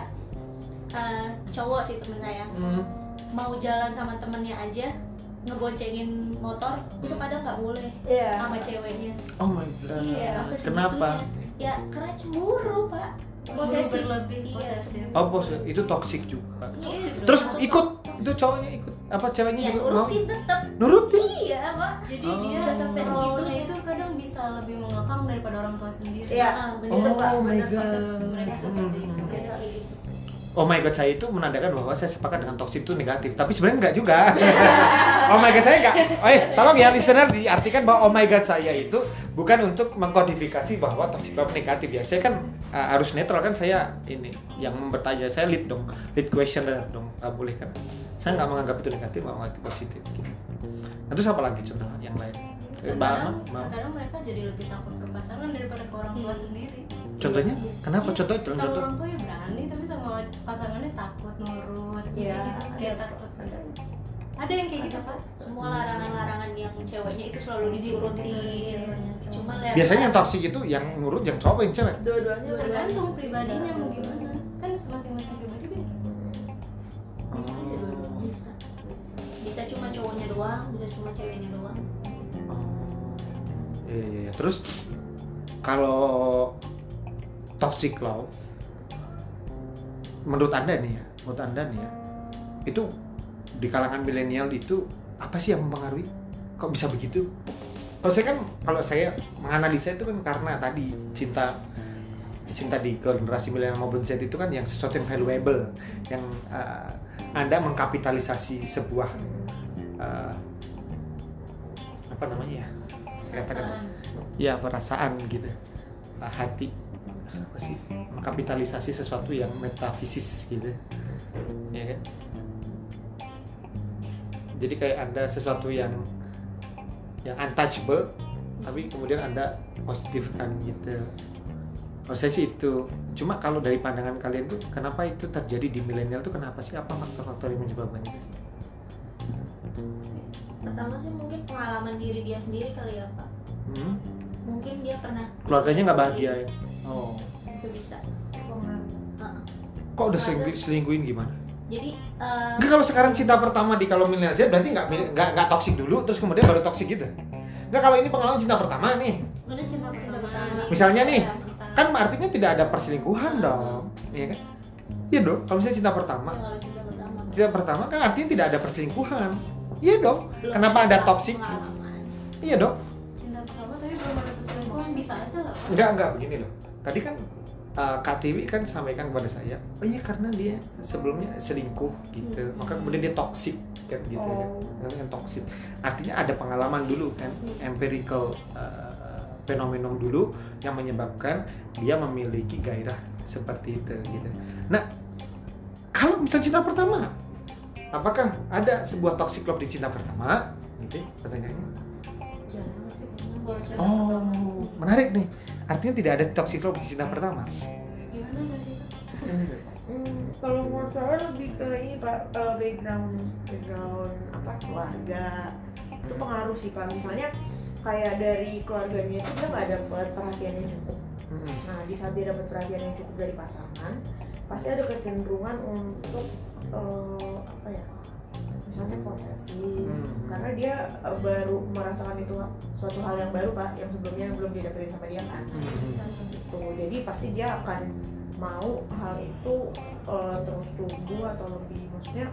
eh, cowok sih teman saya Hmm. mau jalan sama temennya aja ngeboncengin motor itu kadang nggak boleh Iya. sama ceweknya. Oh my god. Iya, sampai Kenapa? segitunya. Ya karena cemburu Pak. Posesif berlebih, Iya, posesif. Oh bos, itu toxic juga. Iya. Terus Masuk ikut, toxic. itu cowoknya ikut. Apa ceweknya Ya juga mau? nurutin tetap. Nurutin. Iya Pak. Jadi Oh. dia Udah sampai role-nya segitunya. itu kadang bisa lebih mengekang daripada orang tua sendiri. Iya. Ah, bener, Oh Pak. my Bener, god. Pak. Mereka seperti itu. Hmm. Biasa kayak gitu. Oh my god, saya itu menandakan bahwa saya sepakat dengan toxic itu negatif, tapi sebenarnya enggak juga. Oh my god saya enggak. Oh eh, tolong ya listener diartikan bahwa oh my god saya itu bukan untuk mengkodifikasi bahwa toxic love negatif ya. Saya kan uh, harus netral kan, saya ini yang bertanya, saya lead dong, lead questioner dong, nggak boleh kan. Saya nggak menganggap itu negatif, nggak menganggap itu positif. Gitu. Nah, terus apa lagi contoh yang lain? Eh, Mbak Kadang, Ama, Mbak. kadang mereka jadi lebih takut ke pasangan daripada ke orang tua Hmm. sendiri. Contohnya? Kenapa? Iya, Contoh dalam sama contoh. orang tua ya berani, tapi sama pasangannya takut nurut. Iya. kayak gitu. Dia takut. Ada yang kayak gitu Pak. Semua larangan-larangan yang ceweknya itu selalu diturutin. Cuma lihat Biasanya yang toxic itu yang nurut yang cowok apa yang cewek? Dua-duanya Tergantung pribadinya mau gimana. Kan masing-masing pribadi beda. bisa aja dua-duanya. bisa. Bisa cuma cowoknya doang, bisa cuma ceweknya doang. Iya, iya, iya. Terus kalau toxic love menurut Anda nih ya, menurut Anda nih ya, itu di kalangan milenial itu apa sih yang mempengaruhi? Kok bisa begitu? Kalau saya kan, kalau saya menganalisa itu kan karena tadi cinta cinta di generasi milenial maupun Z itu kan yang sesuatu yang valuable, yang uh, Anda mengkapitalisasi sebuah uh, apa namanya ya? Saya katakan Perasaan. ya perasaan gitu, uh, hati apa sih, mengkapitalisasi sesuatu yang metafisis gitu, ya kan? Jadi kayak Anda sesuatu yang yang untouchable, tapi kemudian Anda positifkan gitu. Kalau saya sih itu. Cuma kalau dari pandangan kalian tuh, kenapa itu terjadi di milenial tuh kenapa sih? Apa faktor-faktor yang menyebabkan itu? Pertama sih mungkin pengalaman diri dia sendiri kali ya Pak. Hmm? Mungkin dia pernah Keluarganya nggak bahagia ya? Oh. Itu bisa. pengaruh. Heeh. Kok udah selingkuh, selingkuhin gimana? Jadi eh, Nggak, kalau sekarang cinta pertama di kalau milenial Z berarti nggak mil- nggak nggak toksik dulu terus kemudian baru toksik gitu. Nggak, kalau ini pengalaman cinta pertama nih. Mana cinta pertama? Misalnya nih. Ya, misalnya. kan artinya tidak ada perselingkuhan dong, iya kan? Iya dong, kalau misalnya cinta pertama, Ya, kalau cinta pertama cinta pertama kan artinya tidak ada perselingkuhan, iya dong. belum Kenapa ada toxic? pengalaman. Iya dong. Cinta pertama tapi belum ada perselingkuhan bisa aja lah. Pak. Enggak enggak begini loh. Tadi kan uh, Kak Tiwi kan sampaikan kepada saya, oh iya karena dia sebelumnya selingkuh gitu, maka kemudian dia toxic kan gitu kan, Oh. namanya toxic. Artinya ada pengalaman dulu kan, empirical uh, fenomenon dulu yang menyebabkan dia memiliki gairah seperti itu gitu. Nah, kalau misal cinta pertama, apakah ada sebuah toxic love di cinta pertama? Gitu pertanyaannya. Jarang sih kayaknya kalau cinta Oh, pertama. menarik nih. Artinya tidak ada toxic love di cinta pertama. Gimana tadi? Hmm, kalau menurut saya lebih ke ini pak, eh, background background apa keluarga itu pengaruh sih pak. Misalnya kayak dari keluarganya itu dia nggak dapat perhatian yang cukup. Hmm. Nah di saat dia dapat perhatian yang cukup dari pasangan, pasti ada kecenderungan untuk eh, apa ya? Misalnya posesif, Hmm. karena dia eh, baru merasakan itu suatu hal yang baru pak, yang sebelumnya belum didapetin sama dia kan. Hmm. Bisa Gitu. Jadi pasti dia akan mau hal itu eh, terus tumbuh atau lebih, maksudnya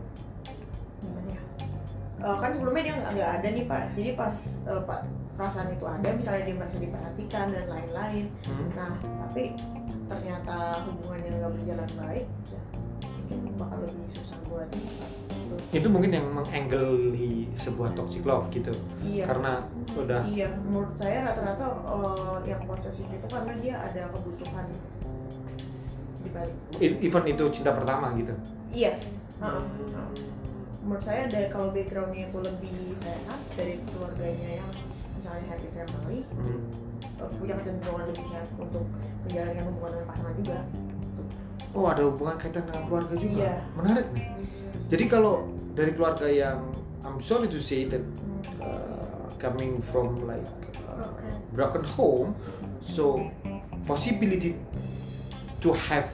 gimana ya? Eh, kan sebelumnya dia nggak nggak ada nih pak, jadi pas eh, pak perasaan itu ada, misalnya dia merasa diperhatikan dan lain-lain. Hmm. Nah tapi ternyata hubungannya nggak berjalan baik, ya mungkin bakal lebih susah buat Itu mungkin yang menganggeli sebuah toxic love gitu. iya. Karena udah Iya, menurut saya rata-rata eh, yang posesif itu karena dia ada kebutuhan di balik. e- even itu cinta pertama gitu. Iya. Heeh, heeh. Menurut saya dari kalau backgroundnya itu lebih sehat dari keluarganya yang misalnya happy family, Hmm. eh, punya kecenderungan lebih sehat untuk menjalankan hubungan dengan pasangan juga. Oh, ada hubungan kaitan dengan keluarga juga. Iya. Menarik nih. Jadi kalau dari keluarga yang I'm sorry to say that Hmm. uh, coming from like uh, broken. broken home, so possibility to have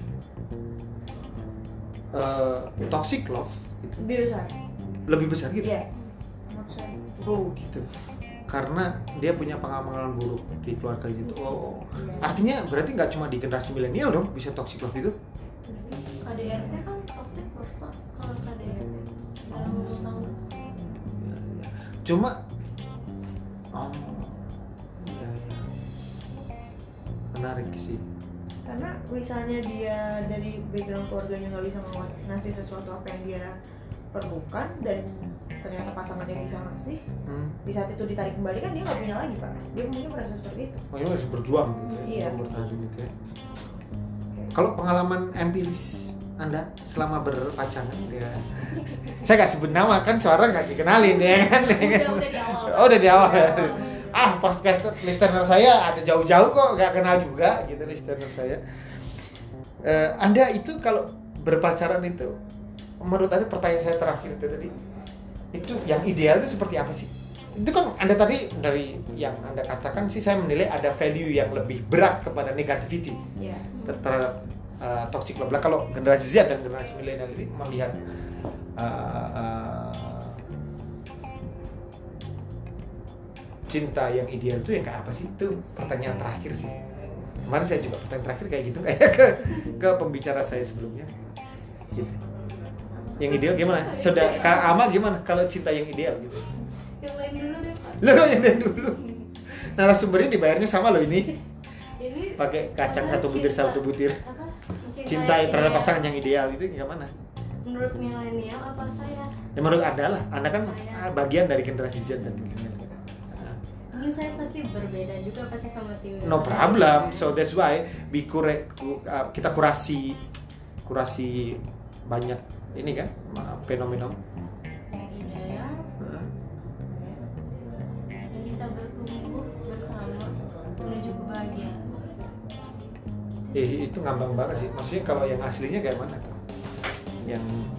uh, toxic love gitu, Lebih besar. lebih besar gitu. Iya. Menurut saya. Oh gitu. Karena dia punya pengalaman buruk di keluarganya itu. Oh, Iya. artinya berarti nggak cuma di generasi milenial dong bisa toxic love itu? K D R T kan toxic love Pak. Kalau K D R T dalam rumah tangga. Ya, ya. Cuma, oh, ya, ya. Menarik sih. Karena misalnya dia dari background keluarganya nggak bisa ng- ngasih sesuatu apa yang dia perlukan dan ternyata pasangannya bisa ngasih, Hmm. di saat itu ditarik kembali kan dia nggak punya lagi pak, dia mungkin merasa seperti itu. Oh, ini harus berjuang gitu ya, Iya. untuk bertahan gitu ya. Kalau pengalaman empiris Anda selama berpacaran ya, saya nggak sebut nama kan, suara nggak dikenalin ya kan? udah udah di awal Oh, udah di awal. Ah, podcast listener saya ada jauh-jauh kok, nggak kenal juga gitu listener saya. Eh, anda itu kalau berpacaran itu, menurut Anda pertanyaan saya terakhir itu tadi, itu yang ideal itu seperti apa sih? Itu kan Anda tadi dari yang Anda katakan sih saya menilai ada value yang lebih berat kepada negativity Iya. ter- terhadap uh, toxic love. Lah, kalau generasi Z dan generasi milenial ini melihat uh, uh, cinta yang ideal itu yang kayak apa sih? Itu pertanyaan terakhir sih. Kemarin saya juga pertanyaan terakhir kayak gitu kayak ke ke pembicara saya sebelumnya. Gitu. Yang ideal gimana? Sudah Kak Ama gimana kalau cinta yang ideal gitu? Yang lain dulu deh Pak. Loh, yang lain dulu. Narasumbernya dibayarnya sama loh ini. Ini Pakai kacang masalah satu butir cinta- satu butir. apa? Cinta yang terhadap ideal. pasangan yang ideal itu gimana? Menurut milenial apa saya? Ya menurut Anda lah, Anda kan Saya. bagian dari generasi Z dan milenial. Mungkin saya pasti berbeda juga pasti sama Tiwi. No problem. So that's why we kure, ku- uh, kita kurasi kurasi banyak ini kan ma- fenomena. Yang ideal yang bisa bertumbuh bersama menuju kebahagiaan. Eh, itu ngambang banget sih. Maksudnya kalau yang aslinya kayak mana? Yang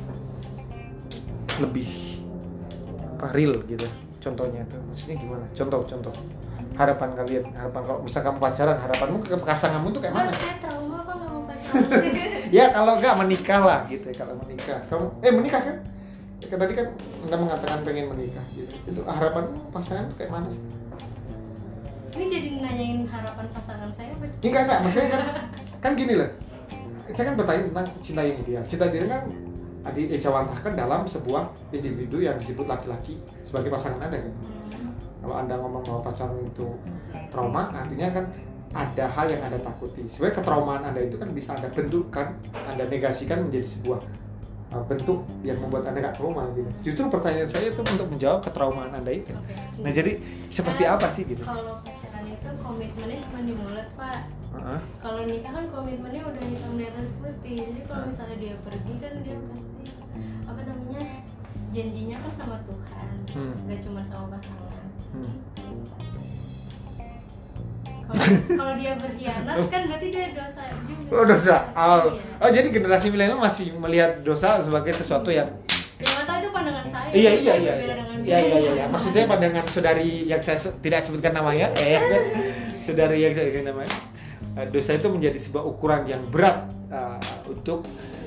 lebih apa real gitu. Contohnya tuh, maksudnya gimana? Contoh, contoh. Harapan kalian, harapan kalau misal kamu pacaran, harapanmu ke pasanganmu tuh kayak mana? Enggak, saya trauma kok nggak mau pacaran. Ya kalau enggak menikah lah gitu. Kalau menikah, kamu eh menikah kan? Ya, tadi kan Anda mengatakan pengen menikah gitu. Itu harapanmu pasangan tuh kayak mana sih? Ini jadi nanyain harapan pasangan saya apa? Enggak, enggak, maksudnya kan kan gini loh. Saya kan bertanya tentang cinta yang ideal. Cinta ideal kan diejawantahkan dalam sebuah individu yang disebut laki-laki sebagai pasangan Anda kan. Kalau Anda ngomong bahwa pacaran itu trauma, artinya kan ada hal yang Anda takuti. Sebenarnya ketraumaan Anda itu kan bisa Anda bentukkan, Anda negasikan menjadi sebuah uh, bentuk yang membuat Anda gak trauma gitu. Justru pertanyaan saya itu untuk menjawab ketraumaan Anda itu. Okay. Nah, jadi seperti Nah, apa sih gitu? Kalau pacaran itu komitmennya cuma di mulut, Pak. Uh-huh. Kalau nikah kan komitmennya udah hitam di atas putih. Jadi kalau misalnya dia pergi kan dia pasti apa namanya? Janjinya kan sama Tuhan. Hmm. Gak cuma sama pasangan. Hmm. Kalau kalau dia berkhianat kan berarti dia dosa juga. Oh, dosa. Oh, Iya. oh jadi generasi milenial masih melihat dosa sebagai sesuatu yang Ya nggak tahu itu pandangan saya. iya iya Saya iya berbeda iya dengan iya iya dia. iya iya. Maksud saya pandangan saudari yang saya se- tidak sebutkan namanya eh kan saudari yang saya sebutkan namanya uh, dosa itu menjadi sebuah ukuran yang berat uh, untuk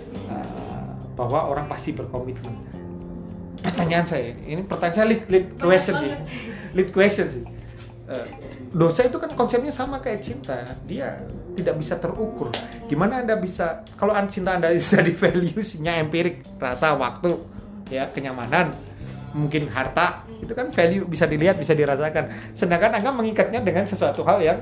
uh, bahwa orang pasti berkomitmen. Pertanyaan saya ini pertanyaan saya lead, lead Banyak question sih banget. lead question sih Uh, dosa itu kan konsepnya sama kayak cinta, dia tidak bisa terukur. Gimana Anda bisa, kalau cinta Anda sudah di values-nya empirik, rasa, waktu, ya kenyamanan, mungkin harta, itu kan value bisa dilihat, bisa dirasakan. Sedangkan Anda mengikatnya dengan sesuatu hal yang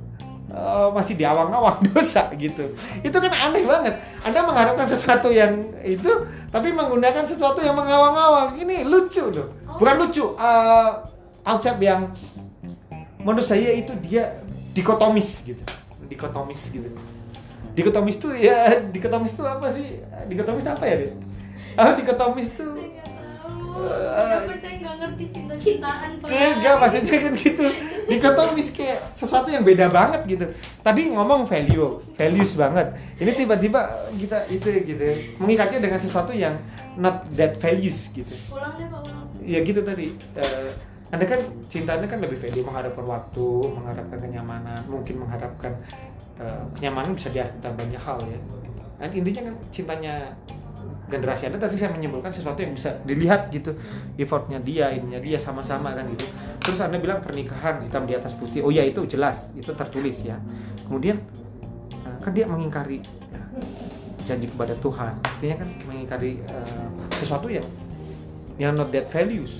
uh, masih di awang-awang dosa gitu. Itu kan aneh banget. Anda mengharapkan sesuatu yang itu, tapi menggunakan sesuatu yang mengawang-awang. Ini lucu loh, bukan lucu, uh, konsep yang menurut saya itu dia dikotomis gitu, dikotomis gitu. Dikotomis tuh ya, dikotomis tuh apa sih? Dikotomis apa ya dia? Ah, dikotomis tuh. Saya nggak tahu. Kenapa saya nggak ngerti cinta-cintaan, Pak? Enggak, maksudnya kan gitu. Dikotomis kayak sesuatu yang beda banget gitu. Tadi ngomong value, values banget. Ini tiba-tiba kita itu gitu, mengikatnya dengan sesuatu yang not that values gitu. Ulang deh, Pak, ulang. Ya gitu tadi. Uh, Anda kan cinta Anda kan lebih value, mengharapkan waktu, mengharapkan kenyamanan, mungkin mengharapkan uh, kenyamanan bisa diartikan banyak hal ya. Dan intinya kan cintanya generasi Anda tadi saya menyimpulkan sesuatu yang bisa dilihat gitu, effortnya dia, ininya dia sama-sama kan gitu. Terus Anda bilang pernikahan hitam di atas putih, oh ya itu jelas, itu tertulis ya. Kemudian uh, kan dia mengingkari ya, janji kepada Tuhan, artinya kan mengingkari uh, sesuatu yang yang not that values.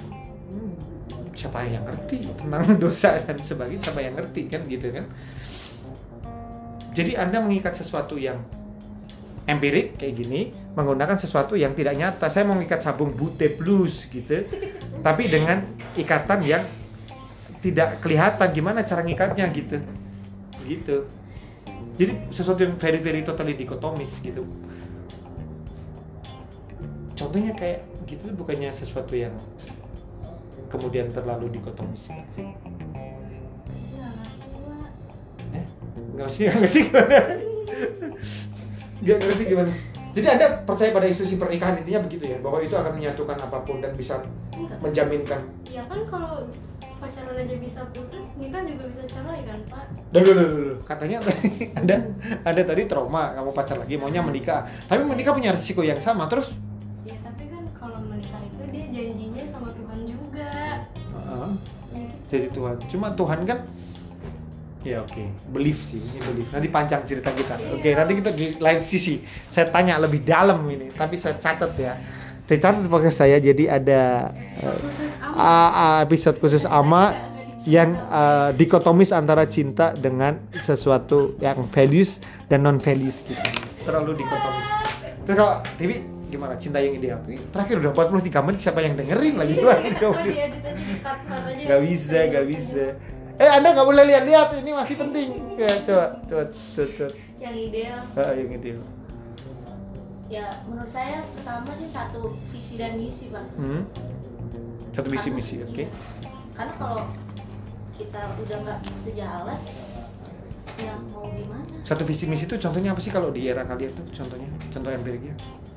Siapa yang ngerti tentang dosa dan sebagainya, siapa yang ngerti kan gitu kan. Jadi Anda mengikat sesuatu yang empirik kayak gini menggunakan sesuatu yang tidak nyata. Saya mau mengikat sabung Bute Plus gitu, tapi dengan ikatan yang tidak kelihatan. Gimana cara ngikatnya gitu gitu. Jadi sesuatu yang very very totally dikotomis gitu. Contohnya kayak gitu bukannya sesuatu yang kemudian terlalu dikotomis sih? Nggak ngerti, Pak. Eh? Nggak mesti nggak ngerti gimana? Nggak ngerti gimana? Jadi Anda percaya pada institusi pernikahan, intinya begitu ya? Bahwa itu akan menyatukan apapun dan bisa Enggak. menjaminkan. Iya kan kalau pacaran aja bisa putus, nikah juga bisa cerai kan, Pak? Dulu dulu dulu. Katanya tadi Anda Anda tadi trauma, kamu pacar lagi, maunya menikah. Tapi menikah punya risiko yang sama terus. Ya tapi kan kalau menikah itu dia janjinya sama Tuhan juga. Uh-uh. Ya gitu. Jadi Tuhan. Cuma Tuhan kan ya oke, okay. Belief sih, ini belief. Nanti panjang cerita kita. Oke, okay, nanti kita di lain sisi. Saya tanya lebih dalam ini, tapi saya catat ya. Saya catat pakai saya, jadi ada uh, Khusus ama. uh, uh, episode khusus ama yang uh, dikotomis antara cinta dengan sesuatu yang values dan non values gitu. Terlalu dikotomis. Terus kalau T V gimana cinta yang ideal? Ini terakhir udah empat puluh tiga menit, siapa yang dengerin lagi gua? Oh diedit aja, di-cut-cut aja. Gak bisa, gak bisa. Eh, Anda nggak boleh lihat-lihat, ini masih penting. Ya, coba, coba, coba, coba. Yang ideal Ah, yang ideal. ya menurut saya pertama sih satu visi dan misi, Pak. Hmm. Satu visi misi, oke. Okay. Karena kalau kita udah nggak sejalan, ya mau gimana? Satu visi misi itu contohnya apa sih kalau di era kalian tuh? Contohnya, contoh empiriknya.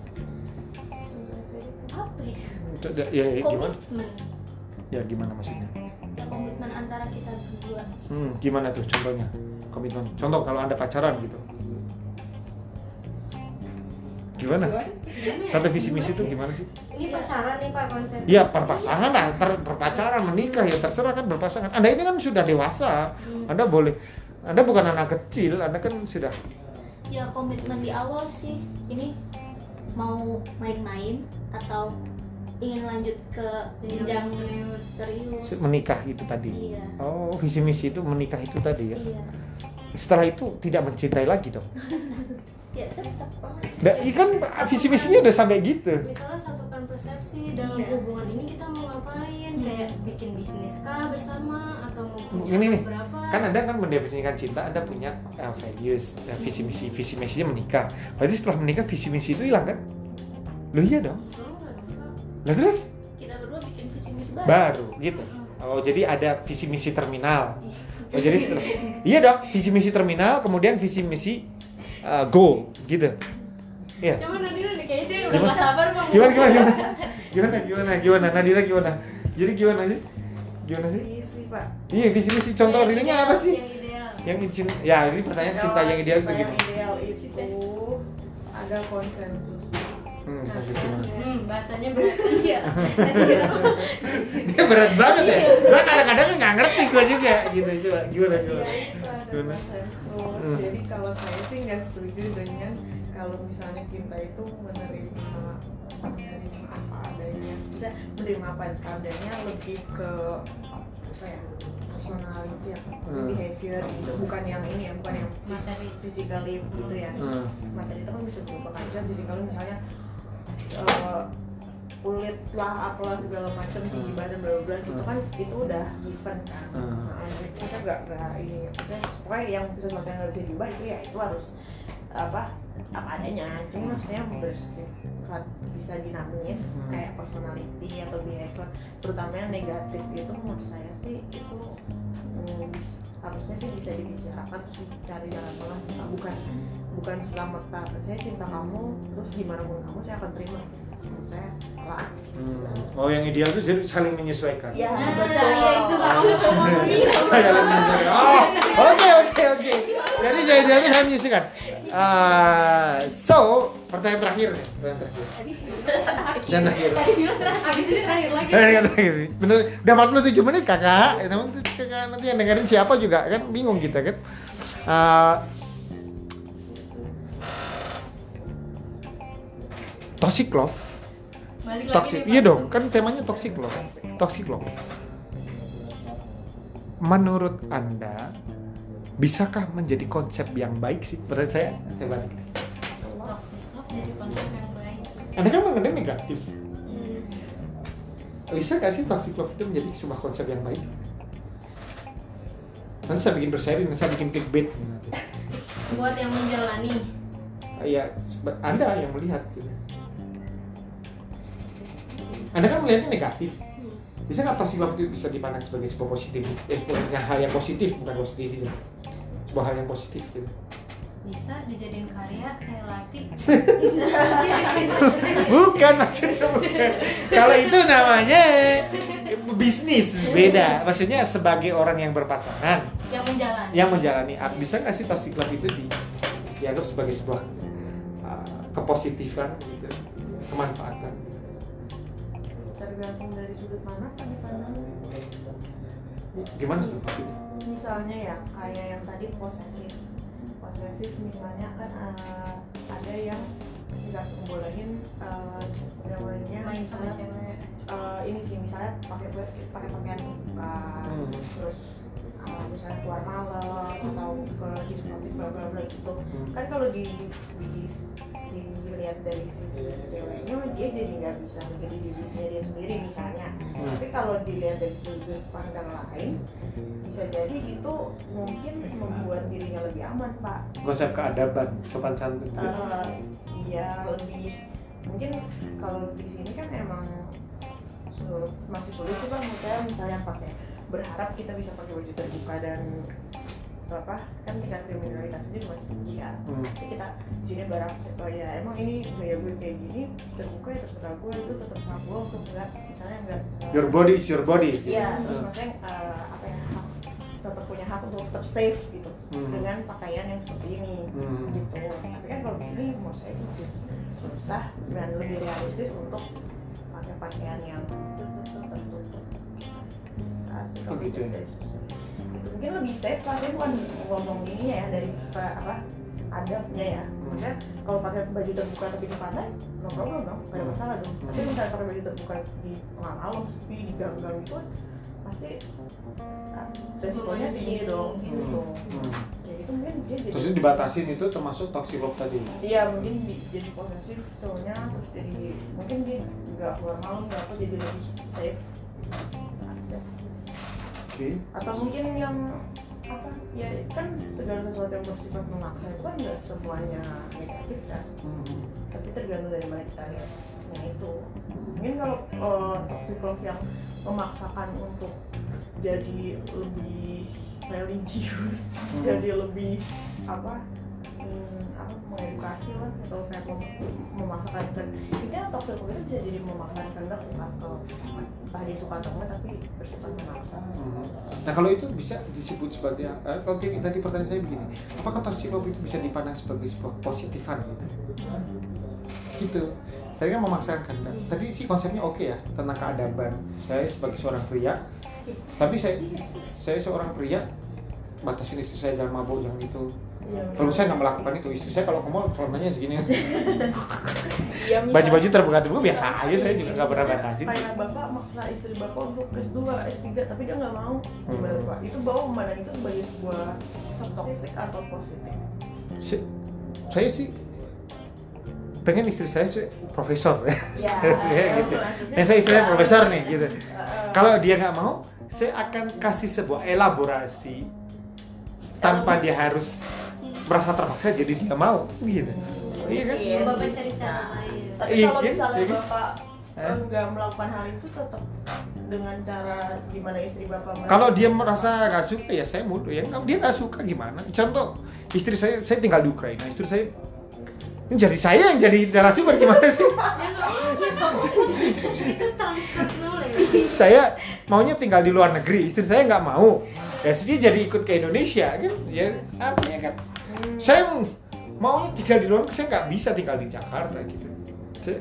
Apa ya? Ya, ya, ya gimana? Komitmen. Ya gimana maksudnya? Ya komitmen antara kita berdua. Hmm, gimana tuh contohnya? Komitmen. Contoh kalau Anda pacaran gitu. Gimana? gimana ya? Satu visi misi itu gimana sih? Ini pacaran nih Pak konsep. Iya, perpasangan lah, ter- berpacaran, menikah ya terserah kan berpasangan. Anda ini kan sudah dewasa, Hmm. Anda boleh, Anda bukan anak kecil, Anda kan sudah. Ya komitmen di awal sih, ini mau main-main atau ingin lanjut ke jenjang Serius. serius. Menikah itu tadi. Iya. Oh, visi misi itu menikah itu tadi ya. Iya. Setelah itu tidak mencintai lagi dong. Ya tetap banget. Nah, ikan visi misinya udah sampai gitu. Misalnya satukan persepsi dalam Iya. hubungan ini kita mau ngapain, kayak bikin bisnis kah bersama atau mau punya Ini nih, anak berapa? kan Anda kan mendefinisikan cinta, Anda punya uh, values, uh, visi misi, visi misinya menikah. Berarti setelah menikah visi misi itu hilang kan? Loh iya dong. Oh, enggak dong, Pak. Lah terus Kita berdua bikin visi misi baru. baru gitu. Oh jadi ada visi misi terminal. Oh jadi setelah iya dong, visi misi terminal, kemudian visi misi uh, goal gitu. Iya. Cuman Nadira nih kayaknya dia udah Gimana? gak sabar Bang. Gimana gimana gimana? Gimana gimana gimana? Nadira gimana? Jadi gimana sih? Gimana sih? Isi Pak. Iya visi misi contoh Yang realnya ideal, apa sih? Yang ideal. Yang izin ya ini pertanyaan cinta yang ideal itu Cinta yang gimana? ideal itu ada konsensus. Hmm, maksud gimana? Hmm, bahasanya berat. Iya. Dia berat banget ya. Gua kadang-kadang nggak ngerti gua juga gitu coba gimana Iya gimana? itu ada Gimana? konsensus. Hmm. Jadi kalau saya sih nggak setuju dengan kalau misalnya cinta itu menerima menerima apa adanya. Bisa menerima apa adanya lebih ke apa ya? Personality atau Hmm. behavior gitu, bukan yang ini ya, bukan yang Materi. physically gitu ya. Hmm. Materi itu kan bisa berubah aja, physically misalnya eh, kulit lah, apalah segala macam, tinggi badan bla bla bla gitu kan itu udah given kan. Hmm. Nah, jadi kita nggak nggak ini, maksudnya pokoknya yang sesuatu yang nggak bisa diubah itu ya itu harus apa apa adanya. Cuma maksudnya bersifat bisa dinamis Hmm. kayak personality atau behavior, terutama yang negatif itu menurut saya sih itu hmm, harusnya sih bisa dibicarakan terus cari jalan tengah. Nah, bukan bukan serta-merta saya cinta kamu terus gimana pun kamu saya akan terima. Menurut saya salah. Hmm. Oh yang ideal itu jadi saling menyesuaikan. Ya, Nah, betul. iya itu sama Saling menyesuaikan. Oh, oke oke oke. Jadi yang ideal itu saling menyesuaikan. Ah, so pertanyaan terakhir nih, pertanyaan terakhir. Pertanyaan terakhir. Abis ini terakhir lagi. Pertanyaan terakhir. Bener, udah empat puluh tujuh menit kakak. Namun kakak nanti yang dengerin siapa juga kan bingung kita kan. Ah, toxic love. Balik lagi Toxic, nih, iya Pak. dong, kan temanya toxic love. Toxic love. Menurut Anda, bisakah menjadi konsep yang baik sih? Menurut saya, saya balik. Toxic love jadi konsep yang baik. Anda kan mengenai negatif. Hmm. Bisa nggak sih toxic love itu menjadi sebuah konsep yang baik? Nanti saya bikin berseri, nanti saya bikin clickbait. Nanti. Buat yang menjalani. Ya, sebe- Anda yang melihat. Gitu. Anda kan melihatnya negatif. Bisa nggak toxic love itu bisa dipandang sebagai sebuah positif, eh, yang hal yang positif bukan positivisme, sebuah hal yang positif gitu. Bisa dijadiin karya kayak Lati. Bukan maksudnya bukan. Kalau itu namanya bisnis beda. Maksudnya sebagai orang yang berpasangan, Yang menjalani. yang menjalani, bisa nggak sih toxic love itu di, dianggap sebagai sebuah uh, kepositifan, gitu, kemanfaatan? Tergantung dari sudut mana kan dipandang. Gimana tuh maksudnya? Misalnya ya kayak yang tadi posesif posesif misalnya kan eh, ada yang nggak bolehin uh, ceweknya Main sama misalnya cewek. eh, ini sih misalnya pakai pakai pakaian buka Hmm. terus uh, misalnya keluar malam atau ke diskotik bla bla bla gitu. Hmm. Kan kalau di, di dilihat dari sisi ceweknya dia jadi nggak bisa menjadi dirinya dia sendiri misalnya. Hmm. Tapi kalau dilihat dari sudut pandang lain bisa jadi itu mungkin membuat dirinya lebih aman pak. Konsep keadaban, sopan santun. gitu. Eh, iya lebih mungkin kalau di sini kan emang sur- masih sulit sih bang, misalnya misalnya pakai berharap kita bisa pakai baju terbuka dan apa kan tingkat kriminalitasnya juga masih tinggi kan. Hmm. Jadi kita sini barang oh ya emang ini gaya gue kayak gini terbuka ya terserah gue, itu tetap hak gue untuk enggak misalnya enggak Your body is your body. gitu. iya terus Hmm. maksudnya eh, apa ya hak tetap tetap punya hak untuk tetap safe gitu Hmm. dengan pakaian yang seperti ini Hmm. gitu. Tapi kan kalau di sini menurut saya itu just susah dan lebih realistis untuk pakai pakaian yang tertutup. Bisa sih Oh, kalau gitu ya? dari susu. Gitu. Mungkin lebih safe lah, saya bukan ngomong ini ya dari apa, apa adabnya ya. Maksudnya kalau pakai baju terbuka tapi di pantai, no problem dong, nggak ada Hmm. masalah dong. Tapi Hmm. misalnya pakai baju terbuka di tengah malam sepi di gang-gang itu pasti ah, resikonya tinggi dong gitu. Hmm. Ya itu mungkin dia jadi Terus dibatasin itu termasuk toxic love tadi. iya mungkin di, jadi posesif cowoknya, terus jadi mungkin dia nggak keluar malam nggak apa jadi lebih safe saja sih. Oke. Atau mungkin yang apa ya kan segala sesuatu yang bersifat memaksa itu kan nggak semuanya negatif kan, Hmm. tapi tergantung dari mana kita lihatnya itu. Mungkin kalau uh, toxic love yang memaksakan untuk jadi lebih religius, Hmm. jadi lebih apa hmm, apa mengedukasi lah atau kayak mem- memaksakan kan intinya toxic love itu bisa jadi memaksakan kehendak atau entah dia suka atau enggak tapi bersifat memaksa. Hmm. Nah kalau itu bisa disebut sebagai eh, kalau tadi tadi pertanyaan saya begini, apakah toxic love itu bisa dipandang sebagai sebuah positifan gitu? Gitu. Tadi kan memaksakan kehendak. Tadi sih konsepnya oke ya tentang keadaban. Saya sebagai seorang pria, tapi saya saya seorang pria batasin istri saya jangan mabuk jangan itu. Ya, Kalau saya nggak melakukan itu, istri saya kalau ke mall celananya segini. ya, Baju-baju terbuka-terbuka biasa aja, saya juga nggak pernah batasin. Kayak bapak maksa istri bapak untuk S dua, S tiga tapi dia nggak mau. Gimana Hmm. Pak? Itu bawa memandang itu sebagai sebuah toxic atau positif? Si- Saya sih pengen istri saya sih profesor ya. Ya, Ya, gitu. Nah, saya istrinya profesor nih gitu. Kalau dia nggak mau, saya akan kasih sebuah elaborasi tanpa dia harus merasa terpaksa jadi dia mau gitu. Iya kan? Iya. Bapak cari cara lain. Tapi Iya, kalau iya, misalnya iya. bapak Eh? nggak melakukan hal itu tetap dengan cara gimana istri bapak merasa? Kalau dia merasa nggak suka ya saya mundur ya. Kalau dia nggak suka gimana? Contoh istri saya, saya tinggal di Ukraina. Istri saya ini jadi saya yang jadi narasumber gimana sih? Ya nggak itu transfer knowledge. Saya maunya tinggal di luar negeri, istri saya nggak mau. Ya sih jadi ikut ke Indonesia kan? Ya artinya kan, saya maunya tinggal di luar negeri, saya nggak bisa tinggal di Jakarta gitu. Saya,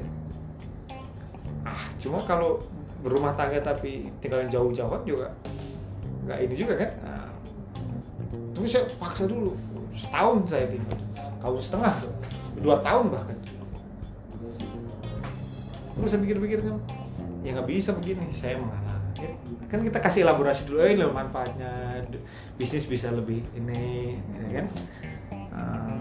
ah cuma kalau berumah tangga tapi tinggal yang jauh-jauhan juga nggak ini juga kan? Nah, tapi saya paksa dulu setahun saya tinggal, tahun setengah tuh, dua tahun bahkan. Terus saya pikir-pikir kan, ya nggak bisa begini, saya mengalah. Ya, kan kita kasih elaborasi dulu, eh loh manfaatnya bisnis bisa lebih ini, ya kan? Uh,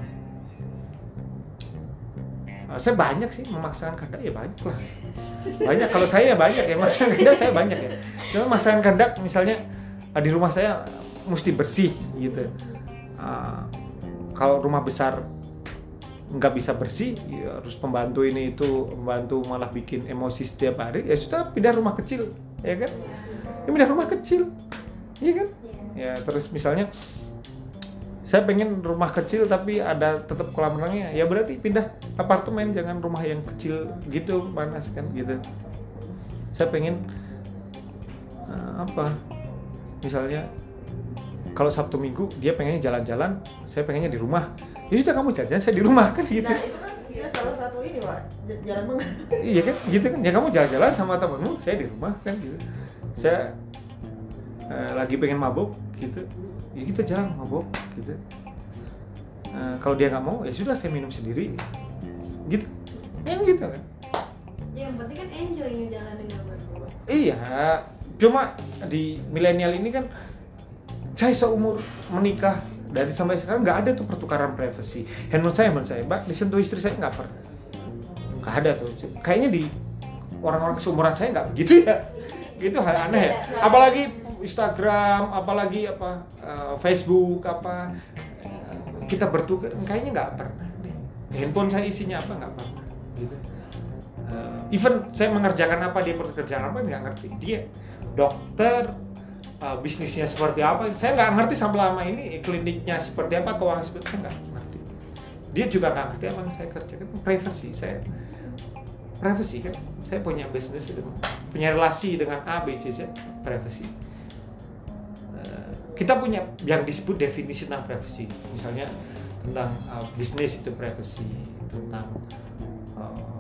uh, saya banyak sih memaksakan kehendak ya banyak lah, banyak. Kalau saya ya banyak ya memaksakan kehendak saya banyak ya. Cuma memaksakan kehendak misalnya uh, di rumah saya mesti bersih gitu. Uh, kalau rumah besar nggak bisa bersih, ya harus pembantu ini itu membantu malah bikin emosi setiap hari, ya sudah pindah rumah kecil, ya kan? Ya pindah rumah kecil, iya kan? Ya terus misalnya saya pengen rumah kecil tapi ada tetap kolam renangnya, ya berarti pindah apartemen, jangan rumah yang kecil gitu panas kan gitu. Saya pengen uh, apa? Misalnya kalau Sabtu Minggu dia pengennya jalan-jalan, saya pengennya di rumah. Ya sudah kamu jalan-jalan, saya di rumah kan gitu. Nah itu kan ya salah satu ini Pak, j- jalan banget. Iya kan, gitu kan. Ya kamu jalan-jalan sama temenmu, saya di rumah kan gitu. Saya uh, lagi pengen mabuk gitu, ya kita jalan mabuk gitu. Uh, kalau dia nggak mau, ya sudah saya minum sendiri, gitu. Yang gitu kan. Ya yang penting kan enjoy ngejalanin yang berdua. Iya, cuma di milenial ini kan saya seumur menikah dari sampai sekarang nggak ada tuh pertukaran privasi. Handphone saya, handphone saya, Mbak, disentuh istri saya nggak pernah. Nggak ada tuh. Kayaknya di orang-orang seumuran saya nggak begitu ya. Gitu hal aneh ya. Apalagi Instagram, apalagi apa uh, Facebook, apa uh, kita bertukar, kayaknya nggak pernah deh. Handphone saya isinya apa nggak pernah. Gitu. Uh, even saya mengerjakan apa, dia pekerjaan apa nggak ngerti. Dia dokter. Uh, bisnisnya seperti apa, saya nggak ngerti sampai lama ini kliniknya seperti apa, keuangan seperti apa, saya nggak ngerti. Dia juga nggak ngerti apa yang saya kerjakan. Privacy saya, privacy kan, saya punya bisnis, punya relasi dengan A, B, C, Z, privacy. Uh, kita punya yang disebut definisi tentang privacy, misalnya tentang uh, bisnis itu privacy, tentang uh,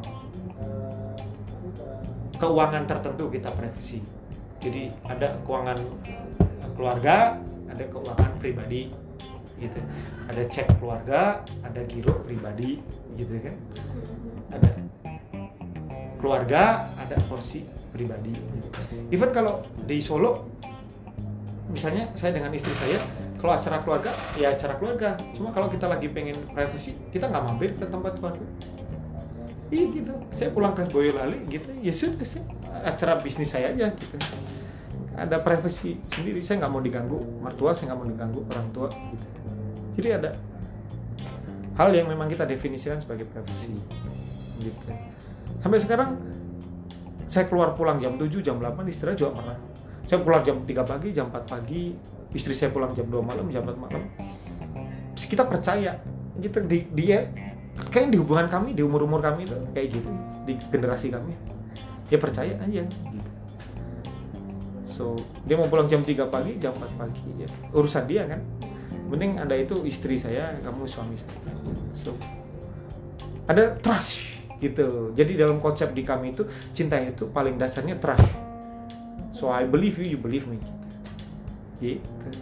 keuangan tertentu kita privacy. Jadi ada keuangan keluarga, ada keuangan pribadi, gitu. Ada cek keluarga, ada giro pribadi, gitu kan. Ada keluarga, ada porsi pribadi. Gitu. Even kalau di Solo, misalnya saya dengan istri saya, kalau acara keluarga, ya acara keluarga. Cuma kalau kita lagi pengen privacy, kita nggak mampir ke tempat keluarga. Iya gitu. Saya pulang ke Boyolali gitu, ya sudah sih. Acara bisnis saya aja gitu. Ada privacy sendiri. Saya nggak mau diganggu mertua, saya nggak mau diganggu orang tua. Gitu. Jadi ada hal yang memang kita definisikan sebagai privacy. Gitu. Sampai sekarang saya keluar pulang jam tujuh, jam delapan, istirahat juga pernah. Saya pulang jam tiga pagi, jam empat pagi, istri saya pulang jam dua malam, jam empat malam. Terus kita percaya gitu di dia kayak di hubungan kami, di umur-umur kami itu kayak gitu, di generasi kami. Dia percaya aja gitu. So, dia mau pulang jam tiga pagi, jam empat pagi ya. Urusan dia kan. Mending ada itu istri saya, kamu suami saya. So, ada trust gitu. Jadi dalam konsep di kami itu cinta itu paling dasarnya trust. So I believe you, you believe me. Gitu.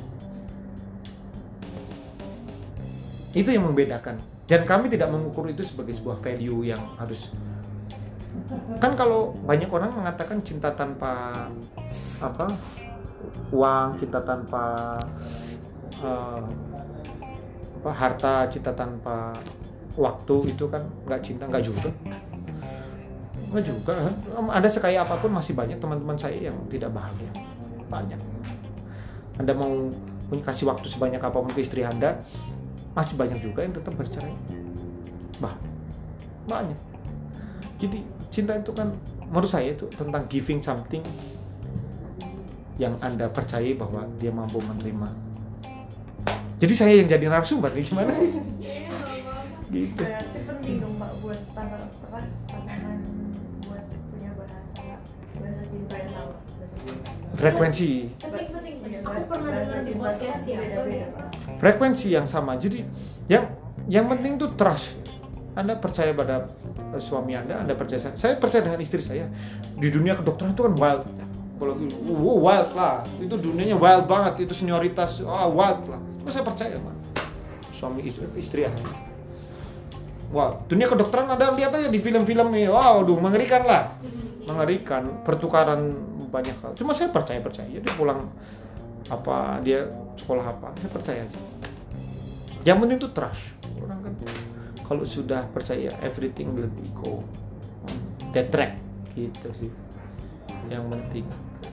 Itu yang membedakan. Dan kami tidak mengukur itu sebagai sebuah value yang harus. Kan kalau banyak orang mengatakan cinta tanpa apa uang, cinta tanpa uh, apa harta, cinta tanpa waktu itu kan nggak cinta, nggak juga. Nggak juga. Anda sekaya apapun masih banyak teman-teman saya yang tidak bahagia. Banyak. Anda mau kasih waktu sebanyak apapun ke istri Anda, masih banyak juga yang tetap bercerai. Bah, banyak. Jadi cinta itu kan menurut saya itu tentang giving something yang Anda percaya bahwa dia mampu menerima. Jadi saya yang jadi narasumber nih gimana sih? Gitu. Berarti penting dong Pak buat para pasangan buat punya bahasa bahasa cinta yang sama. Frekuensi. Penting penting. Aku pernah dengar di podcast ya. Frekuensi yang sama. Jadi yang yang penting tuh trust. Anda percaya pada suami Anda, Anda percaya saya. Saya percaya dengan istri saya. Di dunia kedokteran itu kan wild. Kalau wow, wild lah. Itu dunianya wild banget. Itu senioritas, oh, wild lah. Cuma saya percaya sama suami istri, istri Anda. Wow, dunia kedokteran Anda lihat aja di film-film ini. Wow, aduh, mengerikan lah. Mengerikan, pertukaran banyak hal. Cuma saya percaya percaya. Dia pulang apa, dia sekolah apa, saya percaya aja. Yang penting itu trust. Orang kan kalau sudah percaya, everything will go on that track gitu sih. Yang penting.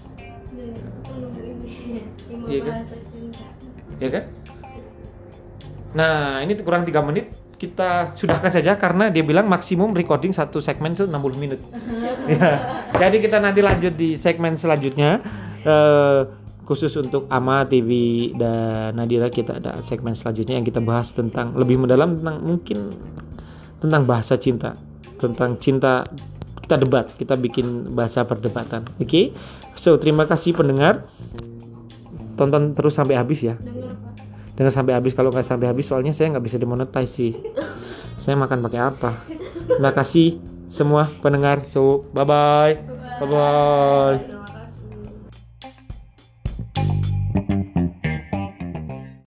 Iya kan? Iya kan? Nah, ini kurang tiga menit. Kita sudahkan saja karena dia bilang maksimum recording satu segmen itu enam puluh menit. Ya. Jadi kita nanti lanjut di segmen selanjutnya. Uh, khusus untuk Ama, T V dan Nadira, kita ada segmen selanjutnya yang kita bahas tentang lebih mendalam tentang mungkin tentang bahasa cinta, tentang cinta. Kita debat, kita bikin bahasa perdebatan. Oke. Okay? So, terima kasih pendengar. Tonton terus sampai habis ya. Dengar sampai habis, kalau nggak sampai habis soalnya saya nggak bisa dimonetize sih. Saya makan pakai apa? Terima kasih semua pendengar. So, bye bye. Bye bye.